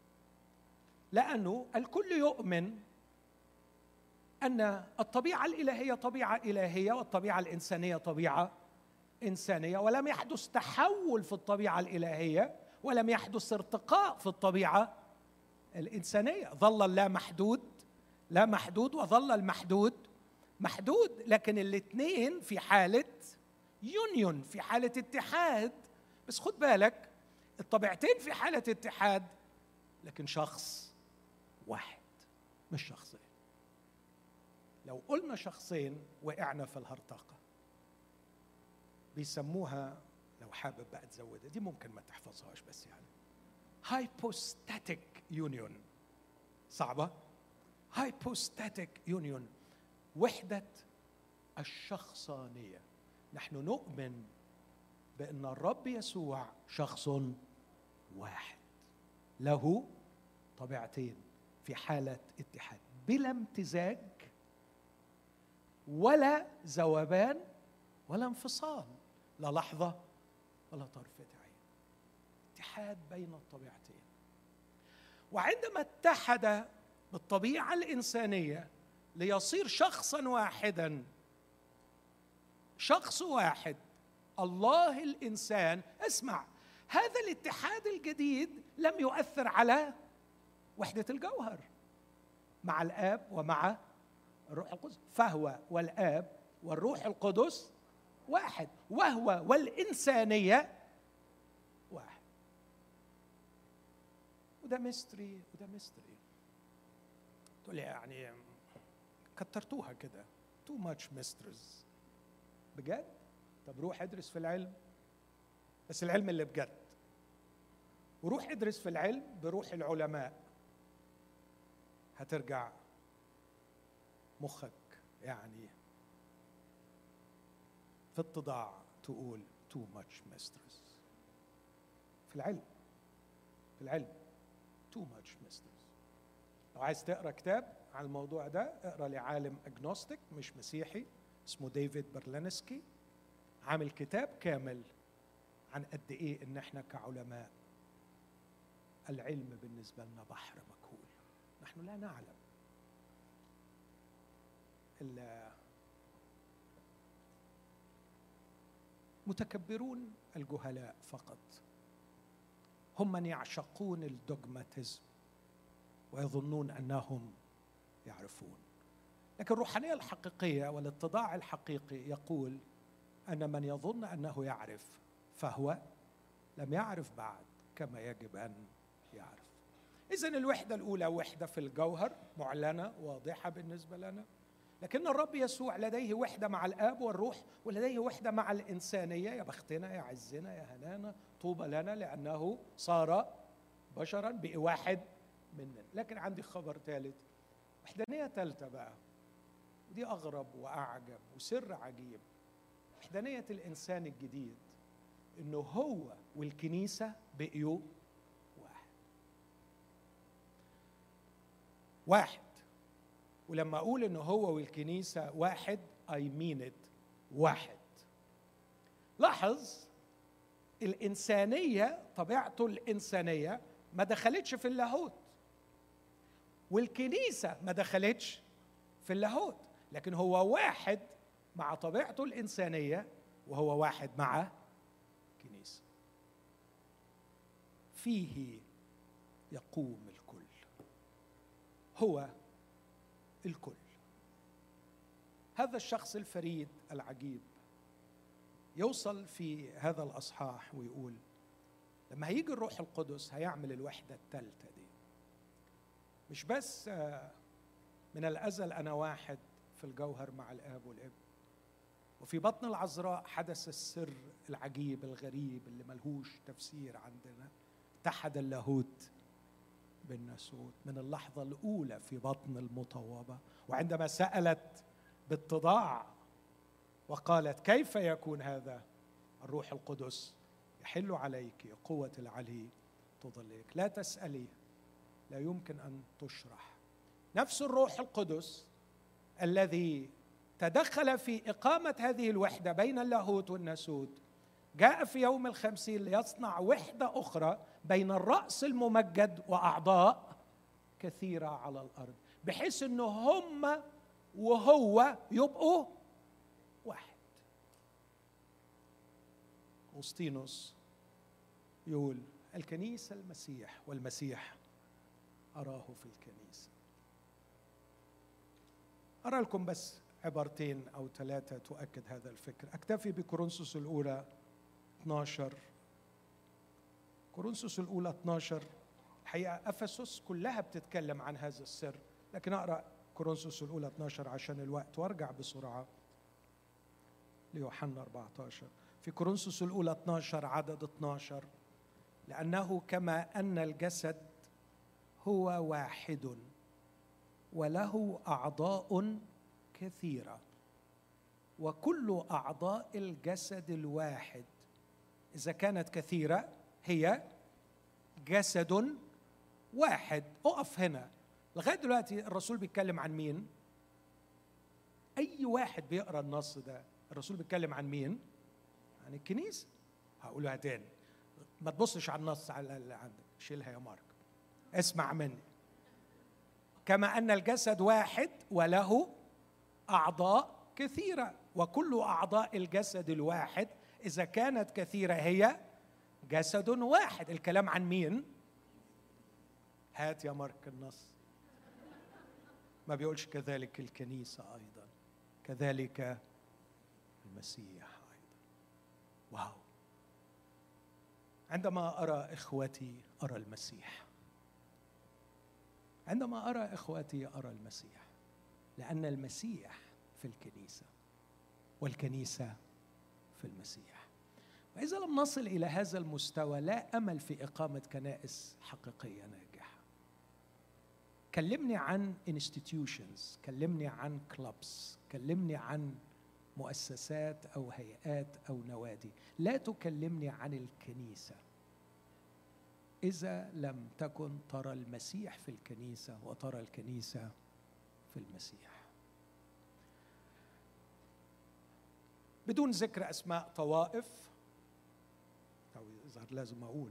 لأنه الكل يؤمن أن الطبيعة الإلهية طبيعة إلهية والطبيعة الإنسانية طبيعة إنسانية، ولم يحدث تحول في الطبيعة الإلهية ولم يحدث ارتقاء في الطبيعة الإنسانية. ظل اللا محدود لا محدود، وظل المحدود محدود، لكن الاثنين في حالة يونيون، في حالة اتحاد. بس خد بالك، الطبيعتين في حالة اتحاد، لكن شخص واحد مش شخصين. لو قلنا شخصين وقعنا في الهرطقة. بيسموها، لو حابب بقى تزودها دي ممكن ما تحفظهاش، بس يعني هايبوستاتيك يونيون. صعبة؟ هايبوستاتيك يونيون، وحدة الشخصانية. نحن نؤمن بأن الرب يسوع شخص واحد له طبيعتين في حالة اتحاد، بلا امتزاج ولا ذوبان ولا انفصال، لا لحظة ولا طرفة عين. اتحاد بين الطبيعتين. وعندما اتحد بالطبيعة الإنسانية ليصير شخصا واحدا، شخص واحد، الله الإنسان. اسمع، هذا الاتحاد الجديد لم يؤثر على وحدة الجوهر مع الآب ومع الروح القدس، فهو والآب والروح القدس واحد، وهو والإنسانية واحد. وده ميستري وده ميستري. تقول لي يعني كترتوها كده، تو ماتش ميستريز بجد. طب روح ادرس في العلم، بس العلم اللي بجد، وروح ادرس في العلم بروح العلماء، هترجع مخك يعني في اتضاع تقول too much mysteries. في العلم too much mysteries. لو عايز تقرأ كتاب عن الموضوع ده، اقرأ لعالم اجنوستيك مش مسيحي اسمه ديفيد برلينسكي، عامل كتاب كامل عن قد ايه ان احنا كعلماء العلم بالنسبة لنا بحر مكهول، نحن لا نعلم. المتكبرون الجهلاء فقط هم من يعشقون الدوغماتيزم ويظنون أنهم يعرفون. لكن الروحانية الحقيقية والاتضاع الحقيقي يقول أن من يظن أنه يعرف فهو لم يعرف بعد كما يجب أن يعرف. إذن الوحدة الأولى وحدة في الجوهر معلنة واضحة بالنسبة لنا، لكن الرب يسوع لديه وحدة مع الآب والروح، ولديه وحدة مع الإنسانية. يا بختنا، يا عزنا، يا هنانا، طوبى لنا لأنه صار بشرا، بقي واحد مننا. لكن عندي خبر ثالث، وحدانية ثالثة بقى، ودي أغرب وأعجب وسر عجيب. وحدانية الإنسان الجديد، إنه هو والكنيسة بقيوا واحد. ولما أقول إنه هو والكنيسة واحد I mean it، واحد. لاحظ الإنسانية، طبيعته الإنسانية ما دخلتش في اللاهوت، والكنيسة ما دخلتش في اللاهوت، لكن هو واحد مع طبيعته الإنسانية، وهو واحد مع كنيسة. فيه يقوم الكل، هو الكل. هذا الشخص الفريد العجيب يوصل في هذا الأصحاح ويقول لما هيجي الروح القدس هيعمل الوحدة الثالثة دي. مش بس من الأزل أنا واحد في الجوهر مع الآب والابن، وفي بطن العذراء حدث السر العجيب الغريب اللي ملهوش تفسير عندنا، اتحد اللاهوت بالناسوت من اللحظة الأولى في بطن المطوبة. وعندما سألت باتضاع وقالت كيف يكون هذا، الروح القدس يحل عليك، قوة العلي تظلك. لا تسألي، لا يمكن أن تشرح. نفس الروح القدس الذي تدخل في إقامة هذه الوحدة بين اللاهوت والناسوت جاء في يوم الخمسين ليصنع وحدة أخرى بين الرأس الممجد وأعضاء كثيرة على الأرض، بحيث أنه هم وهو يبقوا واحد. أوسطينوس يقول الكنيسة المسيح، والمسيح أراه في الكنيسة. أرى لكم بس عبارتين أو ثلاثة تؤكد هذا الفكر. أكتفي بكورنثوس الأولى 12. كورنثوس الأولى 12 الحقيقة أفسس كلها بتتكلم عن هذا السر، لكن أقرأ كورنثوس الأولى 12 عشان الوقت، وارجع بسرعة ليوحنا 14. في كورنثوس الأولى 12 عدد 12، لأنه كما أن الجسد هو واحد وله أعضاء كثيرة، وكل أعضاء الجسد الواحد إذا كانت كثيرة هي جسد واحد. أقف هنا. لغاية دلوقتي الرسول بيتكلم عن مين؟ أي واحد بيقرأ النص ده الرسول بيتكلم عن مين؟ عن الكنيسة. هقولها تاني، ما تبصش على النص على اللي عندك، شيلها يا مارك، اسمع مني. كما أن الجسد واحد وله أعضاء كثيرة، وكل أعضاء الجسد الواحد إذا كانت كثيرة هي جسد واحد. الكلام عن مين؟ هات يا مارك النص. ما بيقولش كذلك الكنيسة أيضا، كذلك المسيح أيضا. واو! عندما أرى إخوتي أرى المسيح، عندما أرى إخوتي أرى المسيح، لأن المسيح في الكنيسة والكنيسة في المسيح. وإذا لم نصل إلى هذا المستوى لا أمل في إقامة كنائس حقيقية ناجحة. كلمني عن institutions، كلمني عن clubs، كلمني عن مؤسسات أو هيئات أو نوادي، لا تكلمني عن الكنيسة إذا لم تكن ترى المسيح في الكنيسة وترى الكنيسة في المسيح. بدون ذكر أسماء طوائف، أو إذا لازم أقول،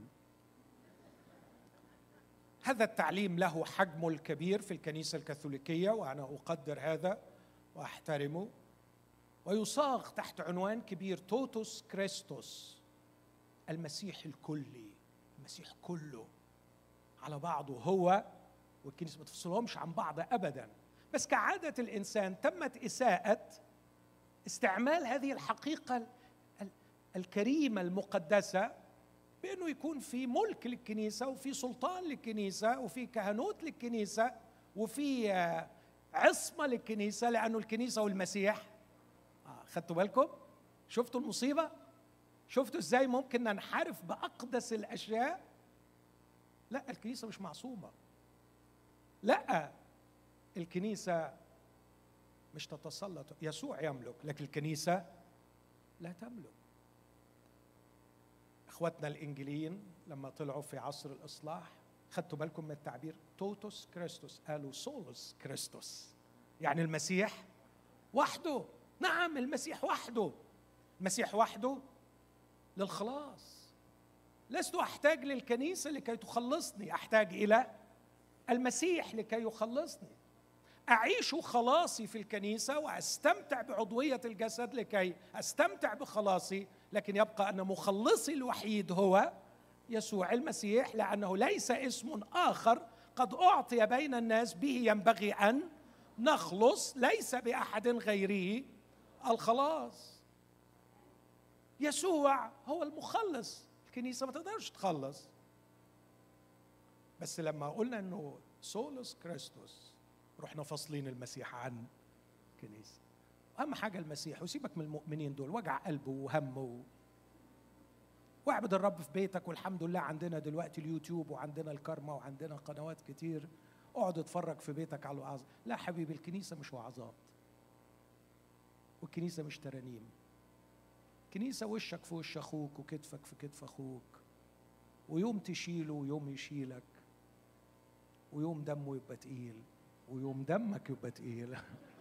هذا التعليم له حجمه الكبير في الكنيسة الكاثوليكية، وأنا أقدر هذا وأحترمه، ويصاغ تحت عنوان كبير توتوس كريستوس، المسيح الكلي، المسيح كله على بعضه هو والكنيسة، ما تفصلهمش عن بعض أبدا. بس كعادة الإنسان تمت إساءة استعمال هذه الحقيقة الكريمة المقدسة بأنه يكون في ملك للكنيسة وفي سلطان للكنيسة وفي كهنوت للكنيسة وفي عصمة للكنيسة، لأنه الكنيسة والمسيح. خدتوا بالكم؟ شفتوا المصيبة؟ شفتوا إزاي ممكن ننحرف بأقدس الأشياء؟ لا، الكنيسة مش معصومة. لا، الكنيسة مش تتسلط، يسوع يملك لكن الكنيسة لا تملك. اخواتنا الانجيليين لما طلعوا في عصر الاصلاح، خدتوا بالكم من التعبير توتوس كريستوس، قالوا سولوس كريستوس، يعني المسيح وحده. نعم، المسيح وحده، المسيح وحده للخلاص. لست احتاج للكنيسة لكي تخلصني، احتاج الى المسيح لكي يخلصني. أعيش خلاصي في الكنيسة وأستمتع بعضوية الجسد لكي أستمتع بخلاصي، لكن يبقى أن مخلصي الوحيد هو يسوع المسيح، لأنه ليس اسم آخر قد أعطي بين الناس به ينبغي أن نخلص، ليس بأحد غيره الخلاص. يسوع هو المخلص، الكنيسة ما تقدرش تخلص. بس لما قلنا أنه سولوس كريستوس، رحنا فاصلين المسيح عن كنيسة. أهم حاجة المسيح، وسيبك من المؤمنين دول وجع قلبه وهمه. واعبد الرب في بيتك، والحمد لله عندنا دلوقتي اليوتيوب وعندنا الكارما وعندنا قنوات كتير، اقعد اتفرج في بيتك على الوعظ. لا حبيبي، الكنيسة مش وعظات، والكنيسة مش ترانيم. كنيسة وشك في وش أخوك وكتفك في كتف أخوك، ويوم تشيله ويوم يشيلك، ويوم دمه يبقى تقيل ويوم دمك يبقى تقيل.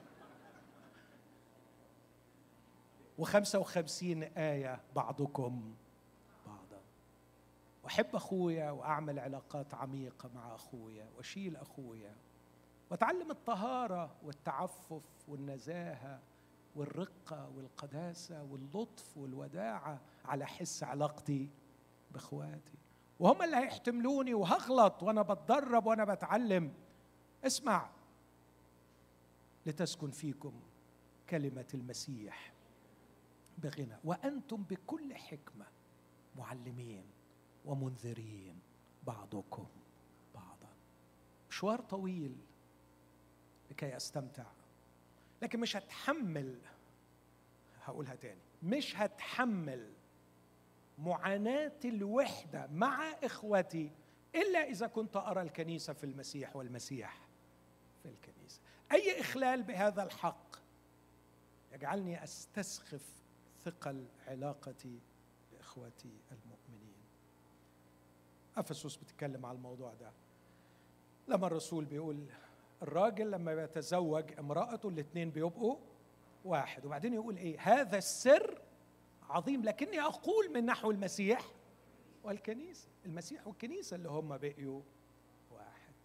55 آية بعضكم بعضا. وأحب أخويا وأعمل علاقات عميقة مع أخويا وأشيل أخويا، وأتعلم الطهارة والتعفف والنزاهة والرقة والقداسة واللطف والوداعة على حس علاقتي بأخواتي، وهم اللي هيحتملوني وهغلط وأنا بتدرب وأنا بتعلم. اسمع، لتسكن فيكم كلمة المسيح بغنى، وأنتم بكل حكمة معلمين ومنذرين بعضكم بعضا. مشوار طويل لكي أستمتع، لكن مش هتحمل، هقولها تاني، مش هتحمل معاناة الوحدة مع إخوتي إلا إذا كنت أرى الكنيسة في المسيح والمسيح في الكنيسة. أي إخلال بهذا الحق يجعلني أستسخف ثقل علاقتي بإخوتي المؤمنين. أفسس بتتكلم على الموضوع ده، لما الرسول بيقول الراجل لما بيتزوج امرأته الاثنين بيبقوا واحد، وبعدين يقول إيه؟ هذا السر عظيم لكني أقول من نحو المسيح والكنيسة. المسيح والكنيسة اللي هم بقيوا واحد.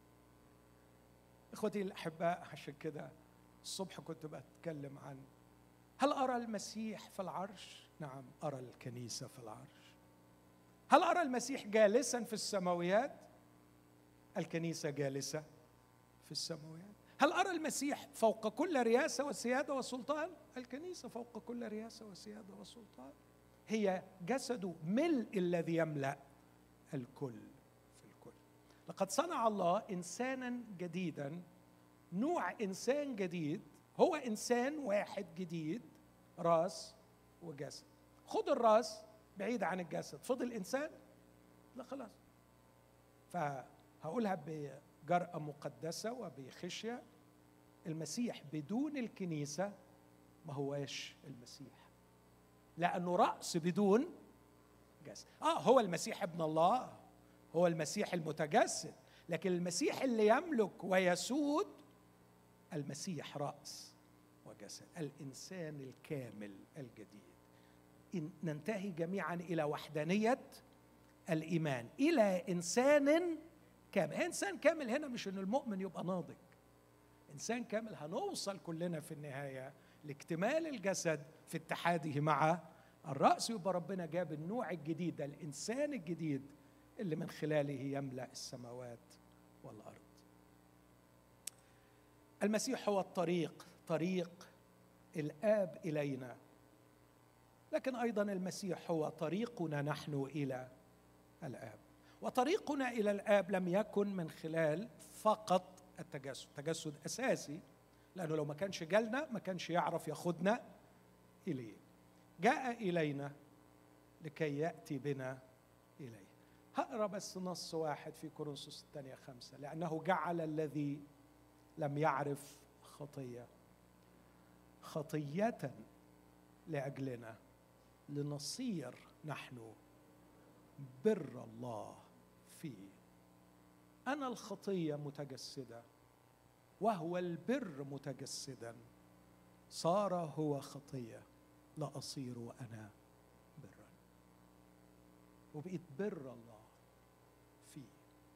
إخوتي الأحباء، عشان كده الصبح كنت بتكلم عن هل أرى المسيح في العرش؟ نعم، أرى الكنيسة في العرش. هل أرى المسيح جالسا في السماويات؟ الكنيسة جالسة في السماويات. هل أرى المسيح فوق كل رياسة وسيادة وسلطان؟ الكنيسة فوق كل رياسة وسيادة وسلطان، هي جسده ملء الذي يملأ الكل في الكل. لقد صنع الله إنسانا جديدا، نوع إنسان جديد، هو إنسان واحد جديد، راس وجسد. خد الراس بعيد عن الجسد، فضل إنسان؟ لا خلاص. فهقولها بجرأة مقدسة وبخشية، المسيح بدون الكنيسة ما هواش المسيح، لأنه رأس بدون جسد. هو المسيح ابن الله، هو المسيح المتجسد، لكن المسيح اللي يملك ويسود، المسيح رأس وجسد، الإنسان الكامل الجديد. إن ننتهي جميعا إلى وحدانية الإيمان، إلى إنسان كامل. إنسان كامل هنا مش إن المؤمن يبقى ناضج، إنسان كامل هنوصل كلنا في النهاية لاكتمال الجسد في اتحاده مع الرأس. يبقى ربنا جاب النوع الجديد ده، الإنسان الجديد اللي من خلاله يملأ السماوات والأرض. المسيح هو الطريق، طريق الآب إلينا، لكن أيضا المسيح هو طريقنا نحن إلى الآب. وطريقنا إلى الآب لم يكن من خلال فقط التجسد، تجسد أساسي، لأنه لو ما كانش جالنا ما كانش يعرف ياخدنا إليه. جاء إلينا لكي يأتي بنا إليه. هقرأ بس نص واحد في كورنثوس الثانية 5: لأنه جعل الذي لم يعرف خطية لأجلنا لنصير نحن بر الله فيه. أنا الخطية متجسدة وهو البر متجسدا، صار هو خطية لأصير وأنا برا، وبقيت بر الله فيه.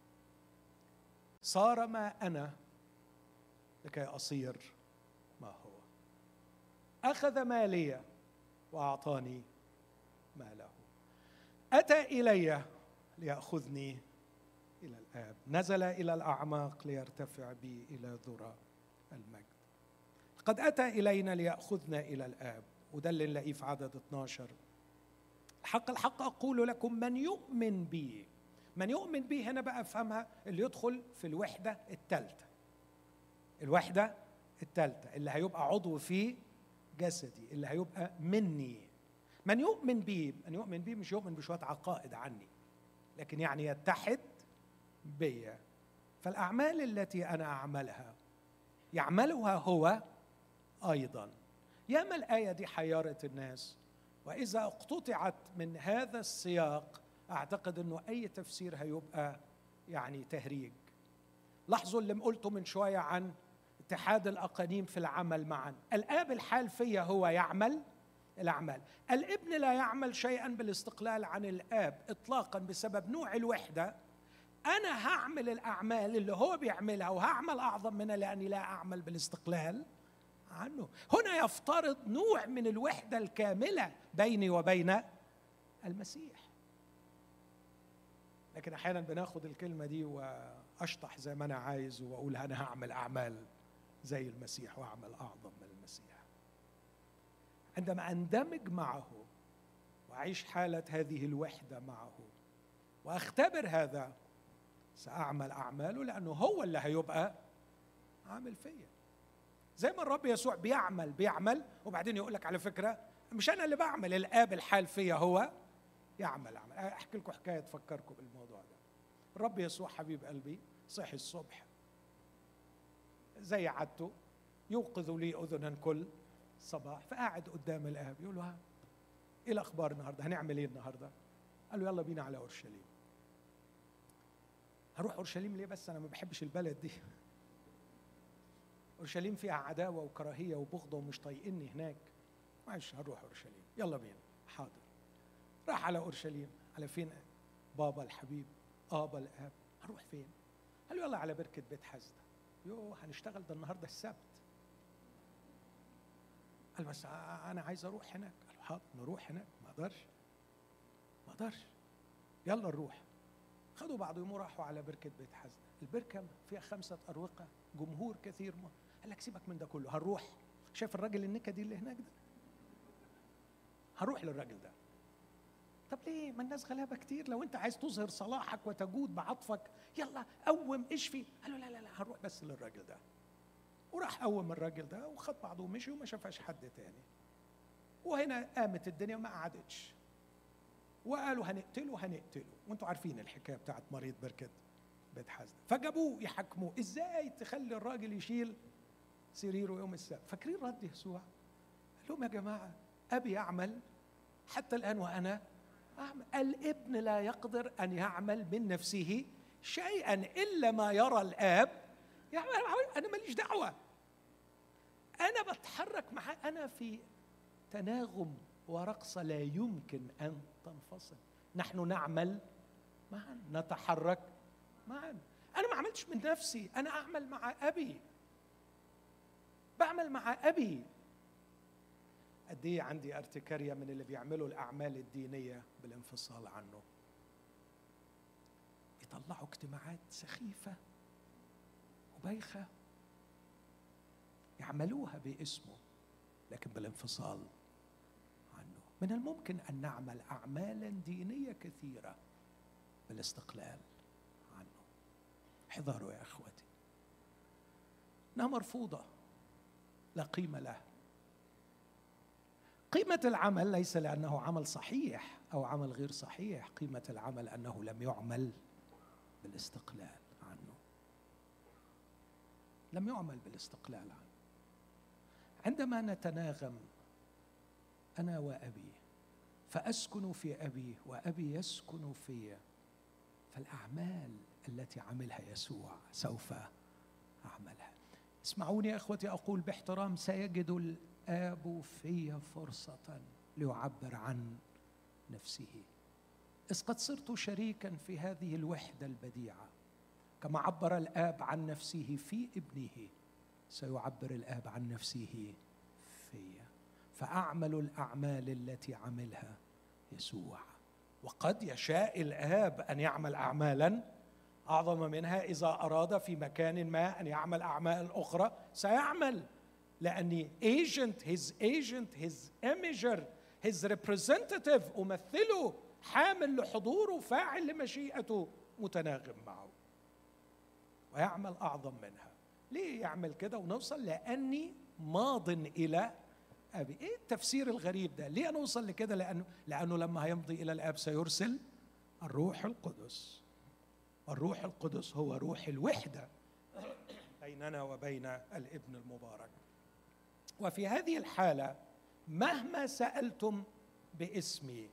صار ما أنا لكي أصير ما هو. أخذ ما لي وأعطاني ما له. أتى إلي ليأخذني إلى الآب، نزل إلى الأعماق ليرتفع بي إلى ذرى المجد. قد أتى إلينا ليأخذنا إلى الآب، وده اللي نلاقيه في عدد 12: الحق الحق أقول لكم من يؤمن بي. من يؤمن بي هنا بقى افهمها، اللي يدخل في الوحدة الثالثة، الوحدة الثالثة اللي هيبقى عضو في جسدي، اللي هيبقى مني. من يؤمن بي، من يؤمن بي مش يؤمن بشوية عقائد عني، لكن يعني يتحد بي. فالأعمال التي أنا أعملها يعملها هو أيضا. ياما الآية دي حيرت الناس، وإذا اقتطعت من هذا السياق أعتقد أنه أي تفسير هيبقى يعني تهريج. لاحظوا اللي قلته من شوية عن اتحاد الأقانيم في العمل معا. الآب الحال فيا هو يعمل الأعمال، الابن لا يعمل شيئا بالاستقلال عن الآب إطلاقا بسبب نوع الوحدة. أنا هعمل الأعمال اللي هو بيعملها وهعمل أعظم منها لأني لا أعمل بالاستقلال عنه. هنا يفترض نوع من الوحدة الكاملة بيني وبين المسيح. لكن أحيانا بناخد الكلمة دي وأشطح زي ما أنا عايز وأقول أنا هعمل أعمال زي المسيح وأعمل أعظم من المسيح. عندما أندمج معه وأعيش حالة هذه الوحدة معه وأختبر هذا، سأعمل أعماله، لأنه هو اللي هيبقى عامل فيا. زي ما الرب يسوع بيعمل وبعدين يقول لك على فكرة مش أنا اللي بعمل، الآب الحال فيا هو يعمل أعمال. أحكي لكم حكاية تفكركم بالموضوع ده. الرب يسوع حبيب قلبي صحي الصبح زي عادته، يوقظ لي أذنا كل صباح، فقاعد قدام الآب يقول له إيه الأخبار النهاردة؟ هنعمل إيه النهاردة؟ قال له يلا بينا على أورشليم. هروح أورشليم ليه بس؟ أنا ما بحبش البلد دي. أورشليم فيها عداوة وكراهية وبغضة ومش طايقني هناك. معلش هروح أورشليم، يلا بينا. حاضر. راح على أورشليم. على فين بابا الحبيب؟ آبا الآب. هنروح فين؟ قال له يلا على بركة بيت حزدة. هنشتغل ده النهاردة السبت. قال بس أنا عايز أروح هناك. قال له حاضر نروح هناك. ما أقدرش. يلا نروح. خدوا بعضهم وراحوا على بركة بيت حزدة. البركة فيها 5 أروقة، جمهور كثير. قال لك سيبك من ده كله، هنروح. شايف الراجل النكدي اللي هناك ده؟ هنروح للراجل ده. طب ليه؟ ما الناس غلابة كتير، لو انت عايز تظهر صلاحك وتجود بعطفك يلا قوم اشفي. قال له لا هنروح بس للراجل ده. وراح قوم الراجل ده وخد بعضه ومشي وما شافش حد تاني. وهنا قامت الدنيا وما قعدتش، وقالوا هنقتله. وانتوا عارفين الحكايه بتاعت مريض بركة بيت حزن. فجابوه يحكموه، ازاي تخلي الراجل يشيل سريره يوم السبت؟ فاكرين رد يسوع؟ قال لهم يا جماعه ابي يعمل حتى الان وانا اعمل. الابن لا يقدر ان يعمل من نفسه شيئا الا ما يرى الاب يعمل. انا ماليش دعوه، انا بتحرك معاه، انا في تناغم ورقصه لا يمكن ان تنفصل. نحن نعمل معا، نتحرك معا. انا ما عملتش من نفسي، انا اعمل مع ابي، بعمل مع ابي. قد ايه عندي ارتكاريه من اللي بيعملوا الاعمال الدينيه بالانفصال عنه، يطلعوا اجتماعات سخيفه وبايخه يعملوها باسمه لكن بالانفصال عنه. من الممكن ان نعمل اعمالا دينيه كثيره بالاستقلال عنه. احذروا يا اخوتي، انها مرفوضه، لا قيمه له. قيمة العمل ليس لأنه عمل صحيح أو عمل غير صحيح، قيمة العمل أنه لم يعمل بالاستقلال عنه، لم يعمل بالاستقلال عنه. عندما نتناغم أنا وأبي فأسكن في أبي وأبي يسكن في، فالأعمال التي عملها يسوع سوف أعملها. اسمعوني يا أخوتي أقول باحترام، سيجد الآب في فرصة ليعبر عن نفسه، إذ قد صرت شريكا في هذه الوحدة البديعة. كما عبر الآب عن نفسه في ابنه سيعبر الآب عن نفسه في، فأعمل الأعمال التي عملها يسوع. وقد يشاء الآب أن يعمل أعمالا أعظم منها إذا أراد في مكان ما أن يعمل أعمال أخرى سيعمل، لأني his agent, his imager, his representative، أمثله، حامل لحضوره، فاعل لمشيئته، متناغم معه، ويعمل أعظم منها. ليه يعمل كده ونوصل؟ لأني ماض إلى أبي. إيه التفسير الغريب ده؟ ليه نوصل لكده؟ لأنه لما هيمضي إلى الآب سيرسل الروح القدس. الروح القدس هو روح الوحدة بيننا وبين الابن المبارك. وفي هذه الحالة مهما سألتم باسمي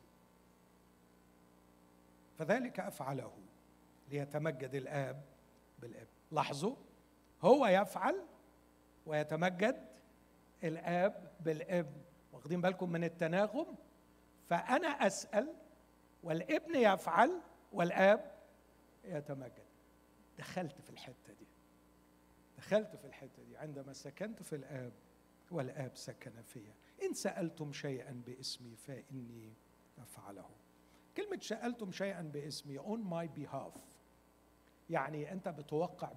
فذلك أفعله ليتمجد الآب بالابن. لاحظوا، هو يفعل ويتمجد الآب بالابن. واخدين بالكم من التناغم؟ فأنا أسأل والابن يفعل والآب يتمجد. دخلت في الحتة دي عندما سكنت في الآب والآب سكن فيا. إن سألتم شيئا باسمي فإني أفعله. كلمة سألتم شيئا باسمي on my behalf، يعني أنت بتوقع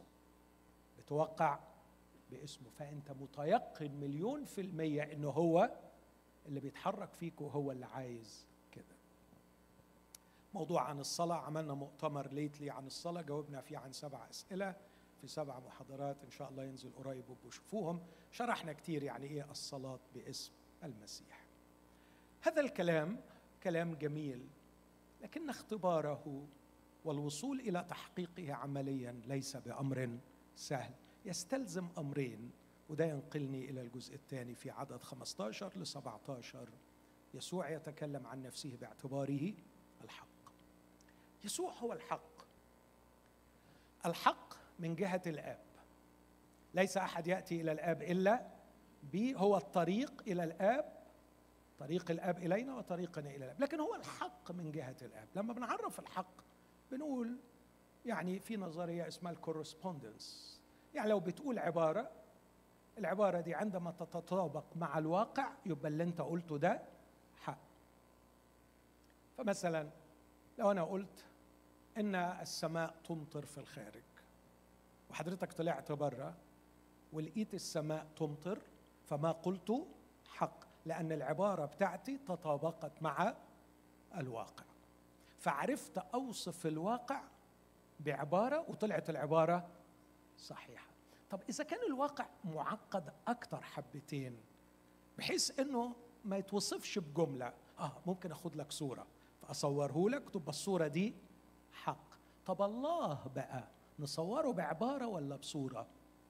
باسمه، فأنت متيقن 1,000,000% إنه هو اللي بيتحرك فيك وهو اللي عايز كده. موضوع عن الصلاة، عملنا مؤتمر ليتلي عن الصلاة، جاوبنا فيه عن 7 أسئلة في 7 محاضرات، إن شاء الله ينزل قريب وبشوفوهم. شرحنا كتير يعني إيه الصلاة باسم المسيح. هذا الكلام كلام جميل، لكن اختباره والوصول إلى تحقيقه عمليا ليس بأمر سهل، يستلزم أمرين. وده ينقلني إلى الجزء الثاني في عدد 15 ل 17. يسوع يتكلم عن نفسه باعتباره الحق. يسوع هو الحق من جهة الآب. ليس أحد يأتي إلى الآب إلا به، هو الطريق إلى الآب، طريق الآب إلينا وطريقنا إلى الآب، لكن هو الحق من جهة الآب. لما بنعرف الحق بنقول يعني في نظرية اسمها الكورسبوندنس، يعني لو بتقول العبارة دي عندما تتطابق مع الواقع يبقى اللي انت قلته ده حق. فمثلا لو أنا قلت إن السماء تمطر في الخارج، حضرتك طلعت بره ولقيت السماء تمطر، فما قلت حق، لأن العبارة بتاعتي تطابقت مع الواقع، فعرفت أوصف الواقع بعبارة وطلعت العبارة صحيحة. طب إذا كان الواقع معقد أكتر حبتين بحيث أنه ما يتوصفش بجملة، ممكن أخذ لك صورة فأصوره لك تبقى الصورة دي حق. طب الله بقى نصوره بعبارة ولا بصورة؟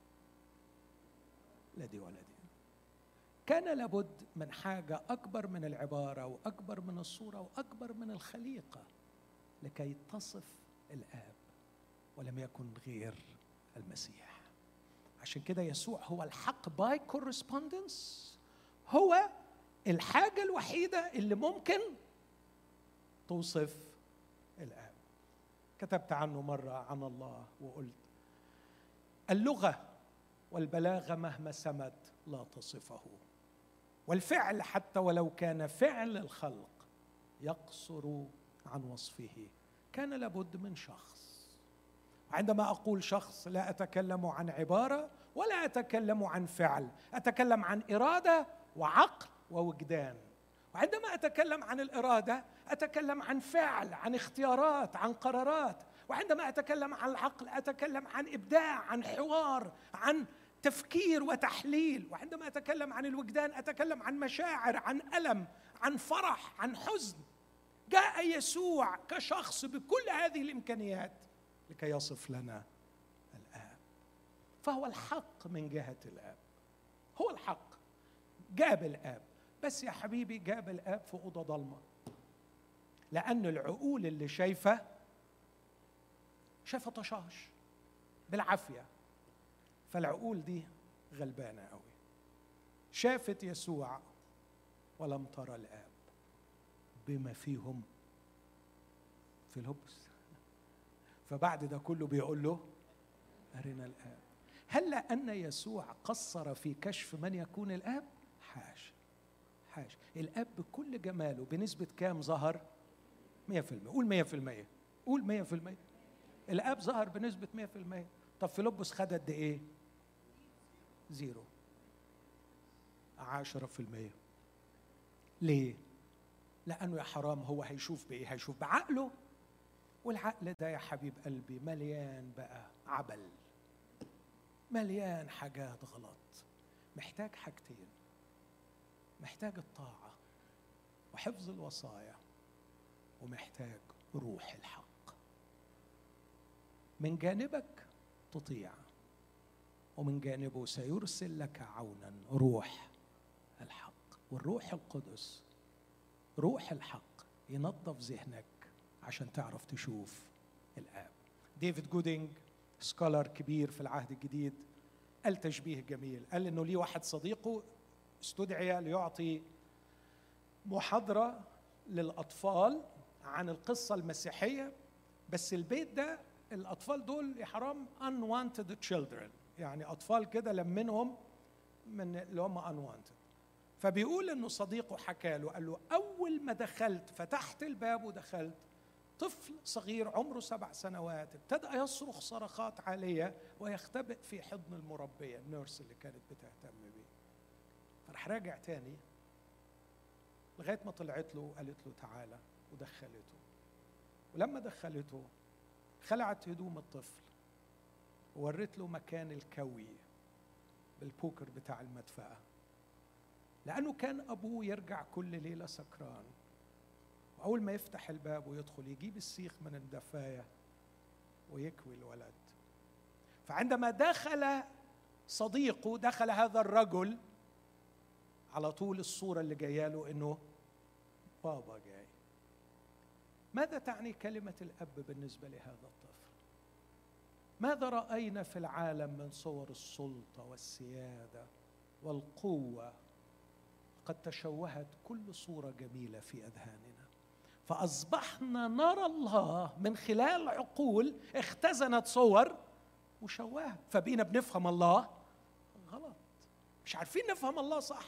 لا دي ولا دي. كان لابد من حاجة أكبر من العبارة وأكبر من الصورة وأكبر من الخليقة لكي تصف الآب، ولم يكن غير المسيح. عشان كده يسوع هو الحق باي كورسبوندنس، هو الحاجة الوحيدة اللي ممكن توصف الآب. كتبت عنه مرة عن الله وقلت: اللغة والبلاغة مهما سمت لا تصفه، والفعل حتى ولو كان فعل الخلق يقصر عن وصفه. كان لابد من شخص. عندما أقول شخص لا أتكلم عن عبارة ولا أتكلم عن فعل، أتكلم عن إرادة وعقل ووجدان. وعندما أتكلم عن الإرادة أتكلم عن فعل، عن اختيارات، عن قرارات. وعندما أتكلم عن العقل أتكلم عن إبداع، عن حوار، عن تفكير وتحليل. وعندما أتكلم عن الوجدان أتكلم عن مشاعر، عن ألم، عن فرح، عن حزن. جاء يسوع كشخص بكل هذه الإمكانيات لكي يصف لنا الآب. فهو الحق من جهة الآب، هو الحق. جاب الآب، بس يا حبيبي جاب الآب في أوضة ضلمة، لأن العقول اللي شايفة طشاش بالعافية، فالعقول دي غلبانة قوي. شافت يسوع ولم ترى الآب بما فيهم في الهبس. فبعد ده كله بيقول له: أرنا الآب. هل لأن يسوع قصر في كشف من يكون الآب؟ حاش. الآب بكل جماله بنسبة كام ظهر؟ 100%. قول 100%. قول 100%. الآب ظهر بنسبة 100%. طب فيلبس خد قد إيه؟ 0. 10%. ليه؟ لأنه يا حرام هو هيشوف بإيه؟ هيشوف بعقله، والعقل ده يا حبيب قلبي مليان بقى عبل، مليان حاجات غلط. محتاج حاجتين: محتاج الطاعة وحفظ الوصايا، ومحتاج روح الحق. من جانبك تطيع، ومن جانبه سيرسل لك عونا روح الحق. والروح القدس روح الحق ينظف ذهنك عشان تعرف تشوف الآب. ديفيد جودينج سكولر كبير في العهد الجديد قال تشبيه جميل. قال إنه ليه واحد صديقه استدعي ليعطي محاضرة للأطفال عن القصة المسيحية، بس البيت ده الأطفال دول يا حرام unwanted children، يعني أطفال كده لمنهم من اللي هم unwanted. فبيقول إنه صديقه حكى له، قال له: أول ما دخلت فتحت الباب ودخلت، طفل صغير عمره 7 سنوات ابتدأ يصرخ صرخات عالية ويختبئ في حضن المربية النيرس اللي كانت بتهتم بيه. فراح راجع تاني لغاية ما طلعت له وقالت له تعالى، ودخلته. ولما دخلته خلعت هدوم الطفل وورت له مكان الكوي بالبوكر بتاع المدفأة، لأنه كان أبوه يرجع كل ليلة سكران، وأول ما يفتح الباب ويدخل يجيب السيخ من الدفاية ويكوي الولد. فعندما دخل صديقه، دخل هذا الرجل، على طول الصورة اللي جايه له إنه بابا جاي. ماذا تعني كلمة الأب بالنسبة لهذا الطفل؟ ماذا رأينا في العالم من صور السلطة والسيادة والقوة؟ قد تشوهت كل صورة جميلة في أذهاننا، فأصبحنا نرى الله من خلال عقول اختزنت صور مشوهة، فبقينا بنفهم الله غلط، مش عارفين نفهم الله صح.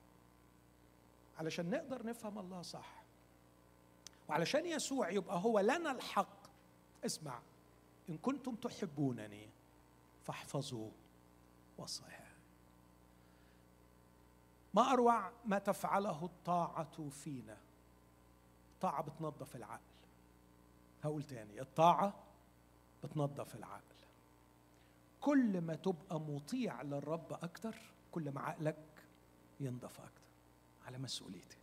علشان نقدر نفهم الله صح، وعلشان يسوع يبقى هو لنا الحق، اسمع: إن كنتم تحبونني فاحفظوا وصاياي. ما أروع ما تفعله الطاعة فينا. الطاعة بتنظف العقل. هقول تاني، الطاعة بتنظف العقل. كل ما تبقى مطيع للرب أكتر، كل ما عقلك ينضف أكتر. على مسؤوليتي.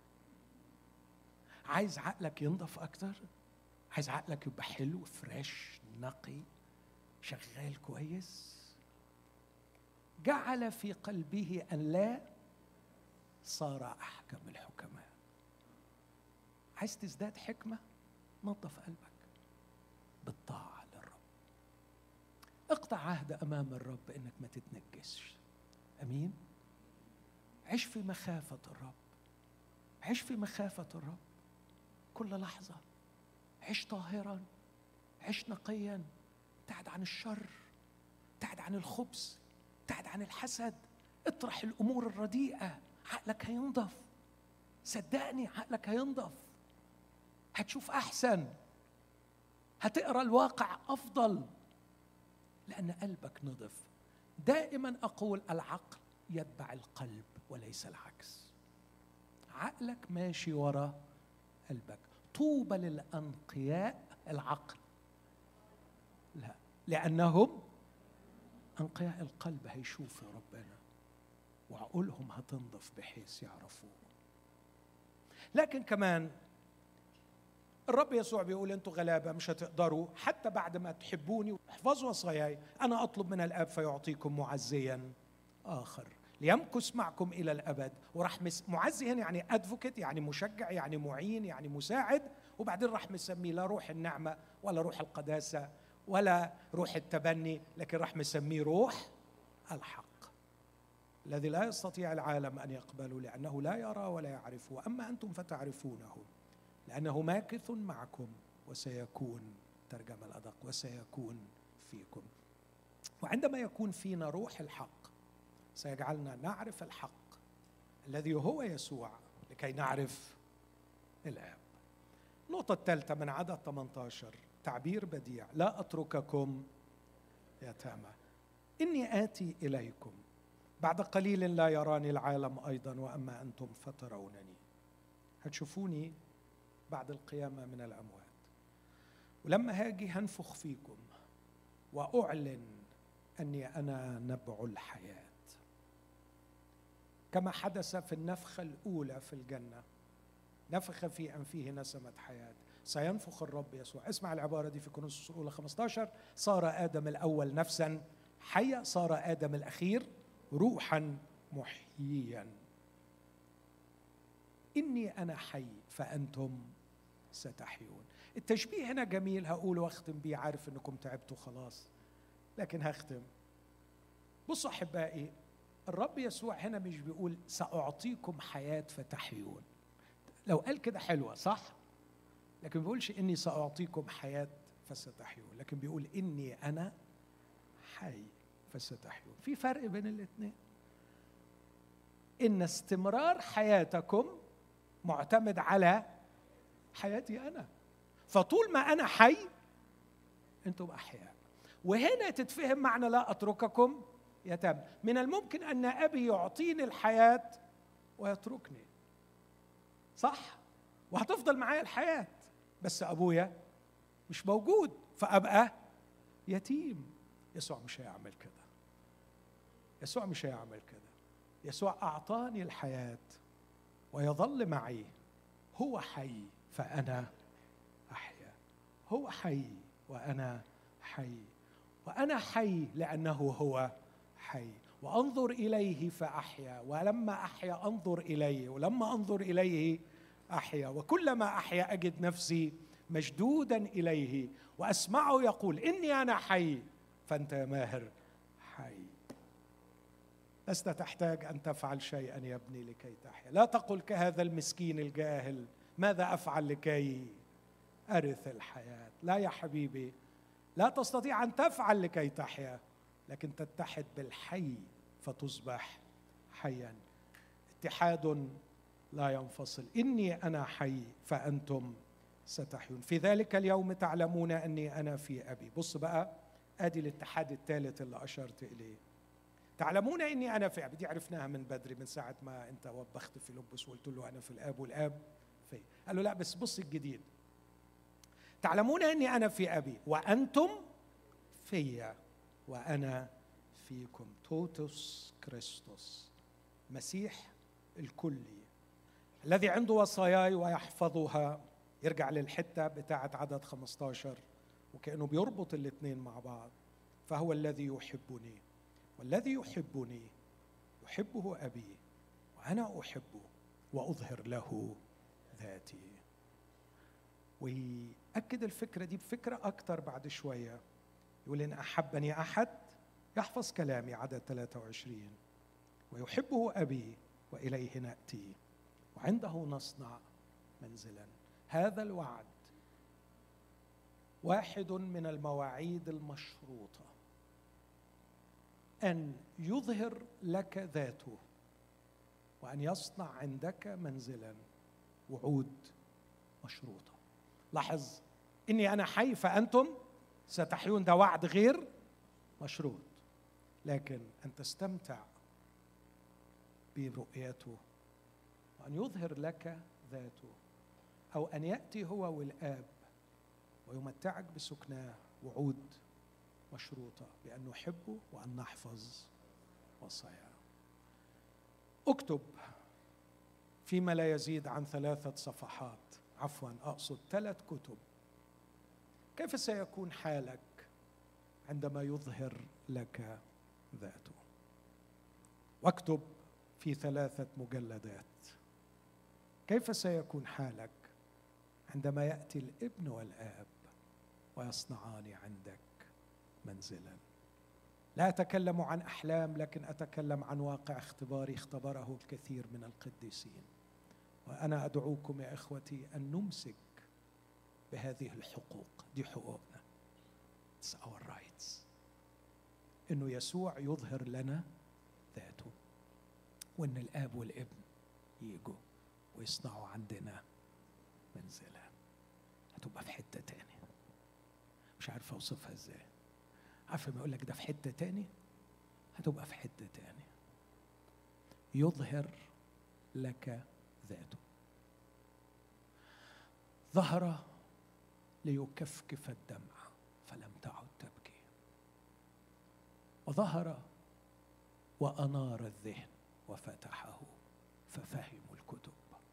عايز عقلك ينضف أكتر؟ عايز عقلك يبقى حلو، فريش، نقي، شغال كويس؟ جعل في قلبه أن لا، صار أحكم الحكماء. عايز تزداد حكمة؟ نظف قلبك بالطاعة للرب. اقطع عهد أمام الرب إنك ما تتنجسش. أمين؟ عيش في مخافة الرب. عيش في مخافة الرب كل لحظة. عيش طاهرا، عيش نقيا، ابتعد عن الشر، ابتعد عن الخبث، ابتعد عن الحسد، اطرح الأمور الرديئة. عقلك هينضف، صدقني عقلك هينضف، هتشوف أحسن، هتقرأ الواقع أفضل، لأن قلبك نضف. دائما أقول العقل يتبع القلب وليس العكس. عقلك ماشي وراء قلبك. طوبى للأنقياء العقل، لا، لأنهم أنقياء القلب هيشوفوا ربنا، وعقولهم هتنضف بحيث يعرفوه. لكن كمان الرب يسوع بيقول انتوا غلابة مش هتقدروا حتى بعد ما تحبوني واحفظوا وصاياي، أنا أطلب من الآب فيعطيكم معزيا آخر ليمكث معكم إلى الأبد. وراح معزي هنا يعني أدفوكيت، يعني مشجع، يعني معين، يعني مساعد. وبعدين راح مسميه لا روح النعمة ولا روح القداسة ولا روح التبني، لكن راح مسميه روح الحق، الذي لا يستطيع العالم أن يقبله لأنه لا يرى ولا يعرف، وأما أنتم فتعرفونه لأنه ماكث معكم وسيكون، ترجمة الأدق، وسيكون فيكم. وعندما يكون فينا روح الحق سيجعلنا نعرف الحق الذي هو يسوع لكي نعرف الآب. النقطة الثالثة من عدد 18، تعبير بديع: لا أترككم يتامى، إني آتي إليكم، بعد قليل لا يراني العالم أيضا وأما أنتم فترونني. هتشوفوني بعد القيامة من الأموات، ولما هاجي هنفخ فيكم وأعلن أني أنا نبع الحياة، كما حدث في النفخة الأولى في الجنة، نفخ في أنفه نسمة حياة، سينفخ الرب يسوع. اسمع العبارة دي في كورنثوس الأولى 15: صار آدم الأول نفسا حية، صار آدم الأخير روحا محييا. إني أنا حي فأنتم ستحيون. التشبيه هنا جميل، هقول واختم بيه، عارف أنكم تعبتوا خلاص لكن هختم. بصوا أحبائي، الرب يسوع هنا مش بيقول سأعطيكم حياة فتحيون، لو قال كده حلوة صح، لكن بيقولش إني سأعطيكم حياة فستحيون، لكن بيقول إني أنا حي فستحيون. في فرق بين الاثنين. إن استمرار حياتكم معتمد على حياتي أنا، فطول ما أنا حي أنتم أحياء. وهنا تتفهم معنى لا أترككم يتامى. من الممكن أن أبي يعطيني الحياة ويتركني، صح؟ وهتفضل معايا الحياة، بس أبويا مش موجود فأبقى يتيم. يسوع مش هيعمل كده. يسوع مش هيعمل كده. يسوع أعطاني الحياة ويظل معي. هو حي فأنا أحيا. هو حي وأنا حي، وأنا حي لأنه هو حي، وأنظر إليه فأحيا، ولما أحيا أنظر إليه، ولما أنظر إليه أحيا، وكلما أحيا أجد نفسي مشدودا إليه وأسمعه يقول إني أنا حي فأنت يا ماهر حي. لست تحتاج أن تفعل شيئا يا ابني لكي تحيا. لا تقل كهذا المسكين الجاهل ماذا أفعل لكي أرث الحياة. لا يا حبيبي، لا تستطيع أن تفعل لكي تحيا، لكن تتحد بالحي فتصبح حيا. اتحاد لا ينفصل. إني أنا حي فأنتم ستحيون. في ذلك اليوم تعلمون أني أنا في أبي. بص بقى ادي الاتحاد الثالث اللي اشرت اليه. تعلمون اني انا في ابي، دي عرفناها من بدري، من ساعه ما انت وبخت فيلبس وقلت له انا في الاب والاب في. قال له لا بس بص الجديد، تعلمون اني انا في ابي وانتم فيا وانا فيكم. توتوس كريستوس، مسيح الكلي الذي عنده وصاياي ويحفظها. يرجع للحته بتاعه عدد 15 وكأنه بيربط الاثنين مع بعض. فهو الذي يحبني، والذي يحبني يحبه أبي وأنا أحبه وأظهر له ذاتي. ويأكد الفكرة دي بفكرة أكتر بعد شوية، يقول إن أحبني أحد يحفظ كلامي، عدد 23، ويحبه أبي وإليه نأتي وعنده نصنع منزلا. هذا الوعد واحد من المواعيد المشروطة، أن يظهر لك ذاته وأن يصنع عندك منزلا. وعود مشروطة. لاحظ، إني أنا حي فأنتم ستحيون، ده وعد غير مشروط، لكن أن تستمتع برؤيته وأن يظهر لك ذاته، أو أن يأتي هو والآب ويمتعك بسكناه. وعود مشروطة بأن نحبه وأن نحفظ وصاياه. اكتب فيما لا يزيد عن 3 صفحات، أقصد 3 كتب، كيف سيكون حالك عندما يظهر لك ذاته. واكتب في 3 مجلدات كيف سيكون حالك عندما يأتي الابن والآب ويصنعان عندك منزلا. لا أتكلم عن أحلام، لكن أتكلم عن واقع اختباري اختبره الكثير من القديسين. وأنا أدعوكم يا إخوتي أن نمسك بهذه الحقوق، دي حقوقنا. It's our rights. إنه يسوع يظهر لنا ذاته، وإن الآب والابن يجوا ويصنعوا عندنا منزلا. هتبقى في حتة تاني، مش عارف أوصفها إزاي. عارف ما يقول لك ده في حتة تاني، هتبقى في حتة تاني. يظهر لك ذاته. ظهر ليكفكف الدمع فلم تعد تبكي، وظهر وأنار الذهن وفتحه ففهموا الكتب،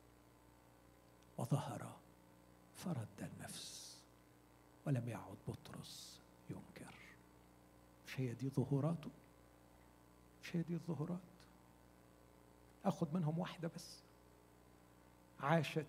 وظهر فرد النفس ولم يعد بطرس ينكر. مش هي دي ظهوراته؟ مش هي دي الظهورات؟ أخذ منهم واحدة بس. عاشت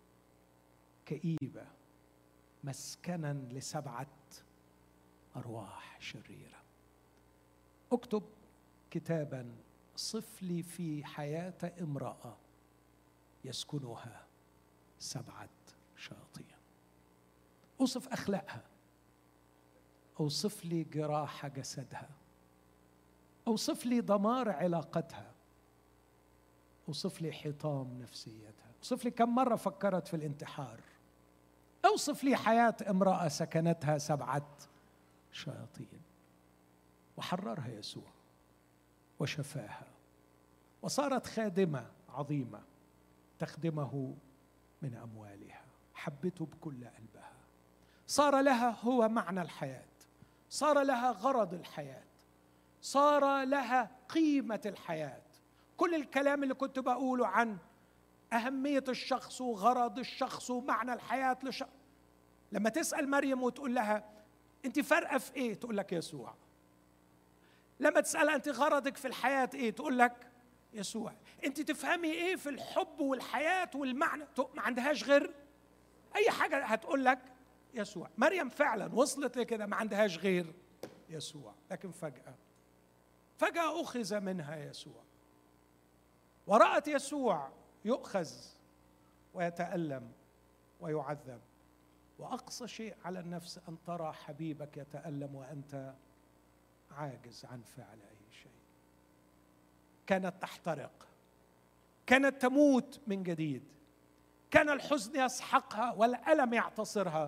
كئيبة مسكنا ل7 أرواح شريرة. اكتب كتابا صف لي في حياة امرأة يسكنها 7 شياطين. أوصف أخلاقها، أوصف لي جراح جسدها، أوصف لي دمار علاقتها، أوصف لي حطام نفسيتها، أوصف لي كم مرة فكرت في الانتحار، أوصف لي حياة امرأة سكنتها 7 شياطين. وحررها يسوع وشفاها، وصارت خادمة عظيمة تخدمه من أموالها. حبته بكل قلبها، صار لها هو معنى الحياة، صار لها غرض الحياة، صار لها قيمة الحياة. كل الكلام اللي كنت بقوله عن أهمية الشخص وغرض الشخص ومعنى الحياة لما تسأل مريم وتقول لها أنت فارقة في إيه؟ تقول لك يسوع. لما تسألها أنت غرضك في الحياة إيه؟ تقول لك يسوع. أنت تفهمي إيه في الحب والحياة والمعنى؟ ما عندهاش غير أي حاجة هتقول لك يسوع. مريم فعلا وصلت لكده، ما عندهاش غير يسوع. لكن فجأة أخذ منها يسوع، ورأت يسوع يؤخذ ويتألم ويعذب. وأقصى شيء على النفس أن ترى حبيبك يتألم وأنت عاجز عن فعل أي شيء. كانت تحترق، كانت تموت من جديد، كان الحزن يسحقها والألم يعتصرها،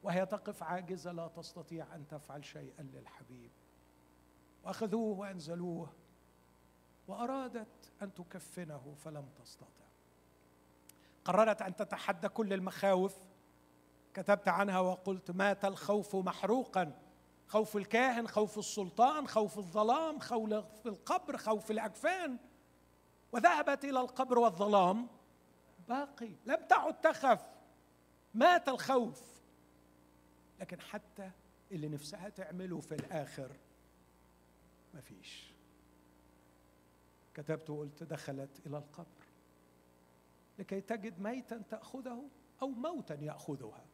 وهي تقف عاجزة لا تستطيع أن تفعل شيئا للحبيب. وأخذوه وأنزلوه، وأرادت أن تكفنه فلم تستطع. قررت أن تتحدى كل المخاوف. كتبت عنها وقلت: مات الخوف محروقا، خوف الكاهن، خوف السلطان، خوف الظلام، خوف القبر، خوف الأكفان. وذهبت إلى القبر والظلام باقي، لم تعد تخف. مات الخوف. لكن حتى اللي نفسها تعمله في الآخر ما فيش. كتبت وقلت: دخلت إلى القبر لكي تجد ميتا تأخذه أو موتا يأخذها.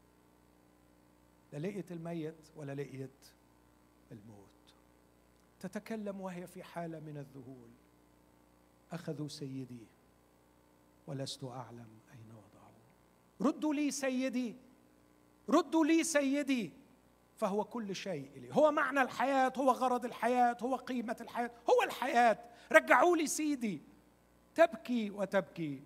لا لقيت الميت ولا لقيت الموت. تتكلم وهي في حالة من الذهول: أخذوا سيدي ولست أعلم أين وضعوه. ردوا لي سيدي، ردوا لي سيدي، فهو كل شيء لي، هو معنى الحياة، هو غرض الحياة، هو قيمة الحياة، هو الحياة. رجعوا لي سيدي. تبكي وتبكي.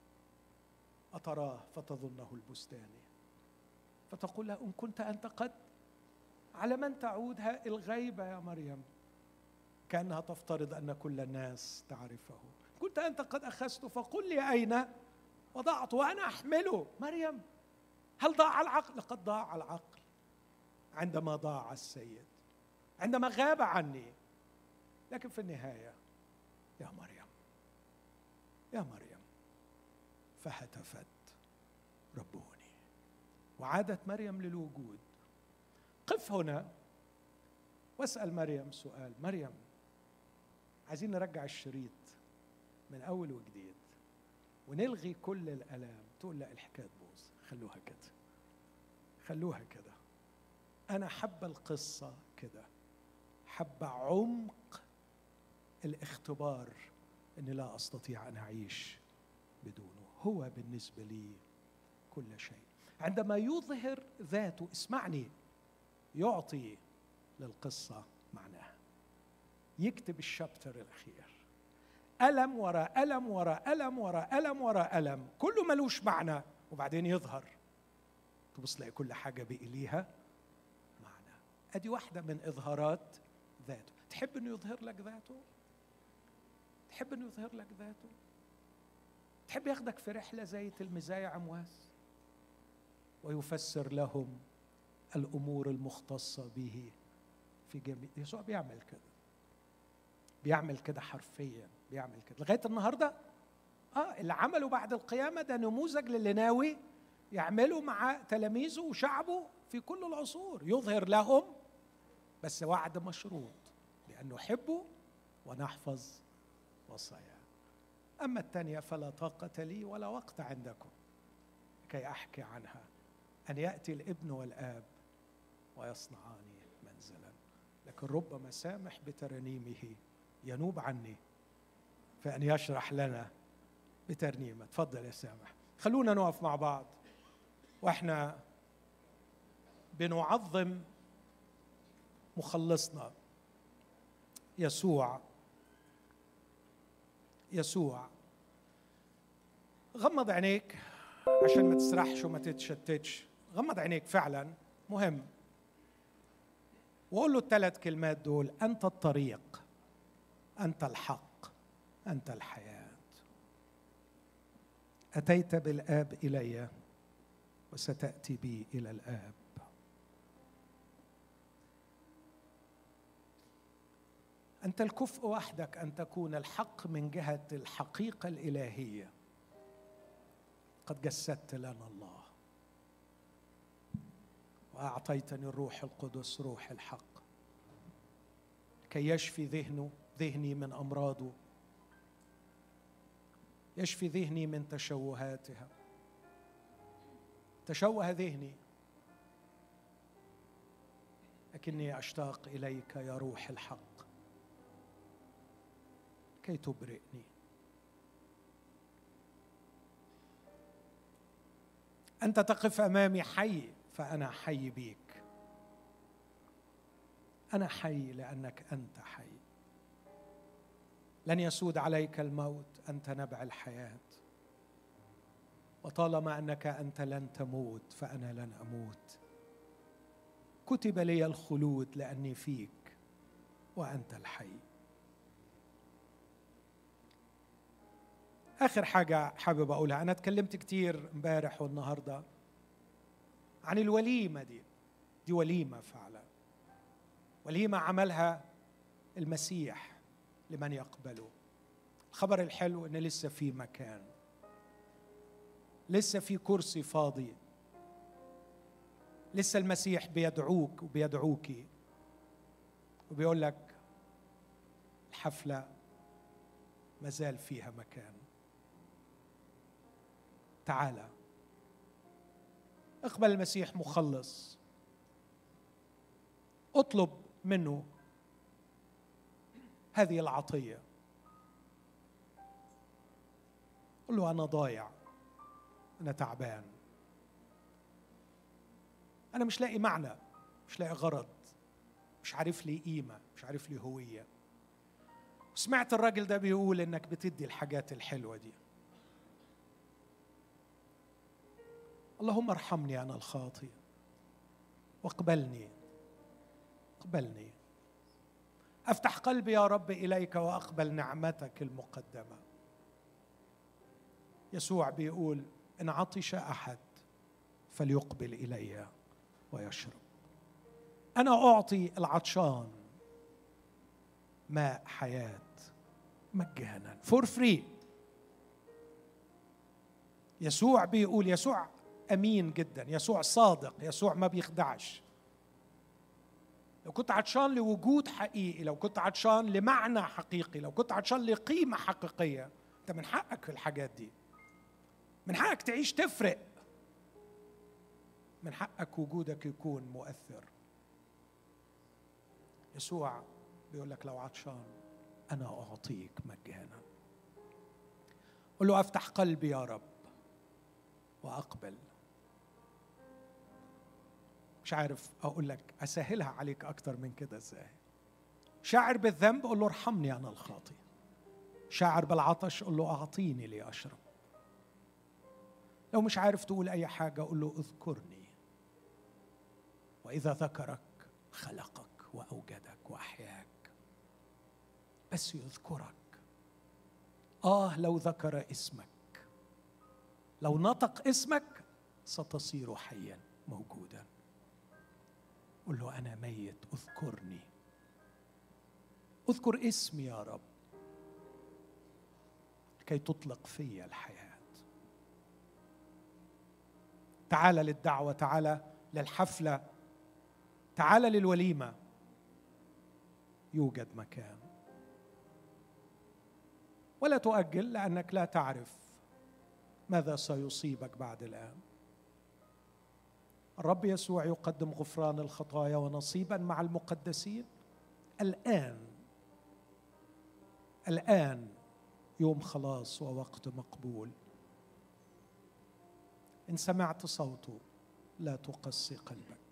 أتراه فتظنه البستاني، فتقول له: إن كنت أنت قد، على من تعود الغيبة يا مريم؟ كأنها تفترض أن كل الناس تعرفه. كنت أنت قد أخذته فقل لي أين وضعته وأنا أحمله. مريم، هل ضاع العقل؟ لقد ضاع العقل عندما ضاع السيد، عندما غاب عني. لكن في النهاية: يا مريم، يا مريم. فهتفت: ربوني. وعادت مريم للوجود. قف هنا واسأل مريم سؤال: مريم، عايزين نرجع الشريط من أول وجديد ونلغي كل الآلام. تقول: لا، الحكاية تبوظ، خلوها كده، خلوها كده. أنا حابة القصة كده، حابة عمق الاختبار أني لا أستطيع أن أعيش بدونه. هو بالنسبة لي كل شيء. عندما يظهر ذاته، اسمعني، يعطي للقصة معناها. يكتب الشابتر الأخير، ألم وراء ألم وراء ألم وراء ألم وراء ألم، كله ملوش معنى، وبعدين يظهر تبص تلاقي كل حاجة بقي ليها معنى. أدي واحدة من إظهارات ذاته. تحب أنه يظهر لك ذاته؟ تحب أنه يظهر لك ذاته؟ تحب ياخدك في رحلة زي تلميذي عمواس ويفسر لهم الأمور المختصة به في جميع. يسوع بيعمل كده، بيعمل كده حرفيا، بيعمل كده لغاية النهاردة. اللي عمله بعد القيامة ده نموذج للي ناوي يعمله مع تلاميذه وشعبه في كل العصور. يظهر لهم، بس وعد مشروط، لأن نحبه ونحفظ وصاياه. أما الثانية فلا طاقة لي ولا وقت عندكم كي أحكي عنها، أن يأتي الابن والآب ويصنعان منزلا. لكن رب مسامح بترنيمه ينوب عني فأن يشرح لنا بترنيمة. تفضل يا سامح. خلونا نقف مع بعض وإحنا بنعظم مخلصنا يسوع. يسوع، غمض عينيك عشان ما تسرحش وما تتشتتش. غمض عينيك فعلا، مهم. وقول له الثلاث كلمات دول: أنت الطريق، أنت الحق، أنت الحياة. أتيت بالآب إلي وستأتي بي إلى الآب. أنت الكفء وحدك أن تكون الحق من جهة الحقيقة الإلهية. قد جسدت لنا الله وأعطيتني الروح القدس روح الحق كي يشفي ذهني من أمراضه، يشفي ذهني من تشوهاتها. تشوه ذهني، لكني أشتاق إليك يا روح الحق كي تبرئني. أنت تقف أمامي حي، فأنا حي بيك. أنا حي لأنك أنت حي. لن يسود عليك الموت، أنت نبع الحياة. وطالما أنك أنت لن تموت فأنا لن أموت. كتب لي الخلود لأني فيك وأنت الحي. آخر حاجة حابب أقولها، أنا اتكلمت كتير امبارح والنهاردة عن الوليمة دي وليمة فعلا، وليمة عملها المسيح لمن يقبله. الخبر الحلو إن لسه في مكان، لسه في كرسي فاضي، لسه المسيح بيدعوك وبيدعوكي وبيقول لك الحفلة مازال فيها مكان. تعالى اقبل المسيح مخلص، اطلب منه هذه العطية. قل له أنا ضايع، أنا تعبان، أنا مش لاقي معنى، مش لاقي غرض، مش عارف لي قيمة، مش عارف لي هوية. سمعت الراجل ده بيقول إنك بتدي الحاجات الحلوة دي. اللهم ارحمني أنا الخاطئ واقبلني، اقبلني. أفتح قلبي يا رب إليك وأقبل نعمتك المقدمة. يسوع بيقول إن عطش أحد فليقبل إلي ويشرب. أنا أعطي العطشان ماء حياة مجانا فور فري. يسوع بيقول، يسوع أمين جدا، يسوع صادق، يسوع ما بيخدعش. لو كنت عطشان لوجود حقيقي، لو كنت عطشان لمعنى حقيقي، لو كنت عطشان لقيمة حقيقية، أنت من حقك في الحاجات دي، من حقك تعيش تفرق، من حقك وجودك يكون مؤثر. يسوع بيقول لك لو عطشان أنا أعطيك مجانا. قل له أفتح قلبي يا رب وأقبل. مش عارف أقول لك أسهلها عليك أكتر من كده إزاي. شاعر بالذنب قل له ارحمني أنا الخاطئ. شاعر بالعطش قل له أعطيني لأشرب. لو مش عارف تقول أي حاجة قل له اذكرني، وإذا ذكرك خلقك وأوجدك وأحياك. بس يذكرك. لو ذكر اسمك، لو نطق اسمك ستصير حيا موجودا. قل له أنا ميت، اذكرني، اذكر اسمي يا رب كي تطلق في الحياة. تعال للدعوة، تعال للحفلة، تعال للوليمة، يوجد مكان. ولا تؤجل، لأنك لا تعرف ماذا سيصيبك بعد الآن. الرب يسوع يقدم غفران الخطايا ونصيبا مع المقدسين الآن يوم خلاص ووقت مقبول. إن سمعت صوته لا تقسي قلبك.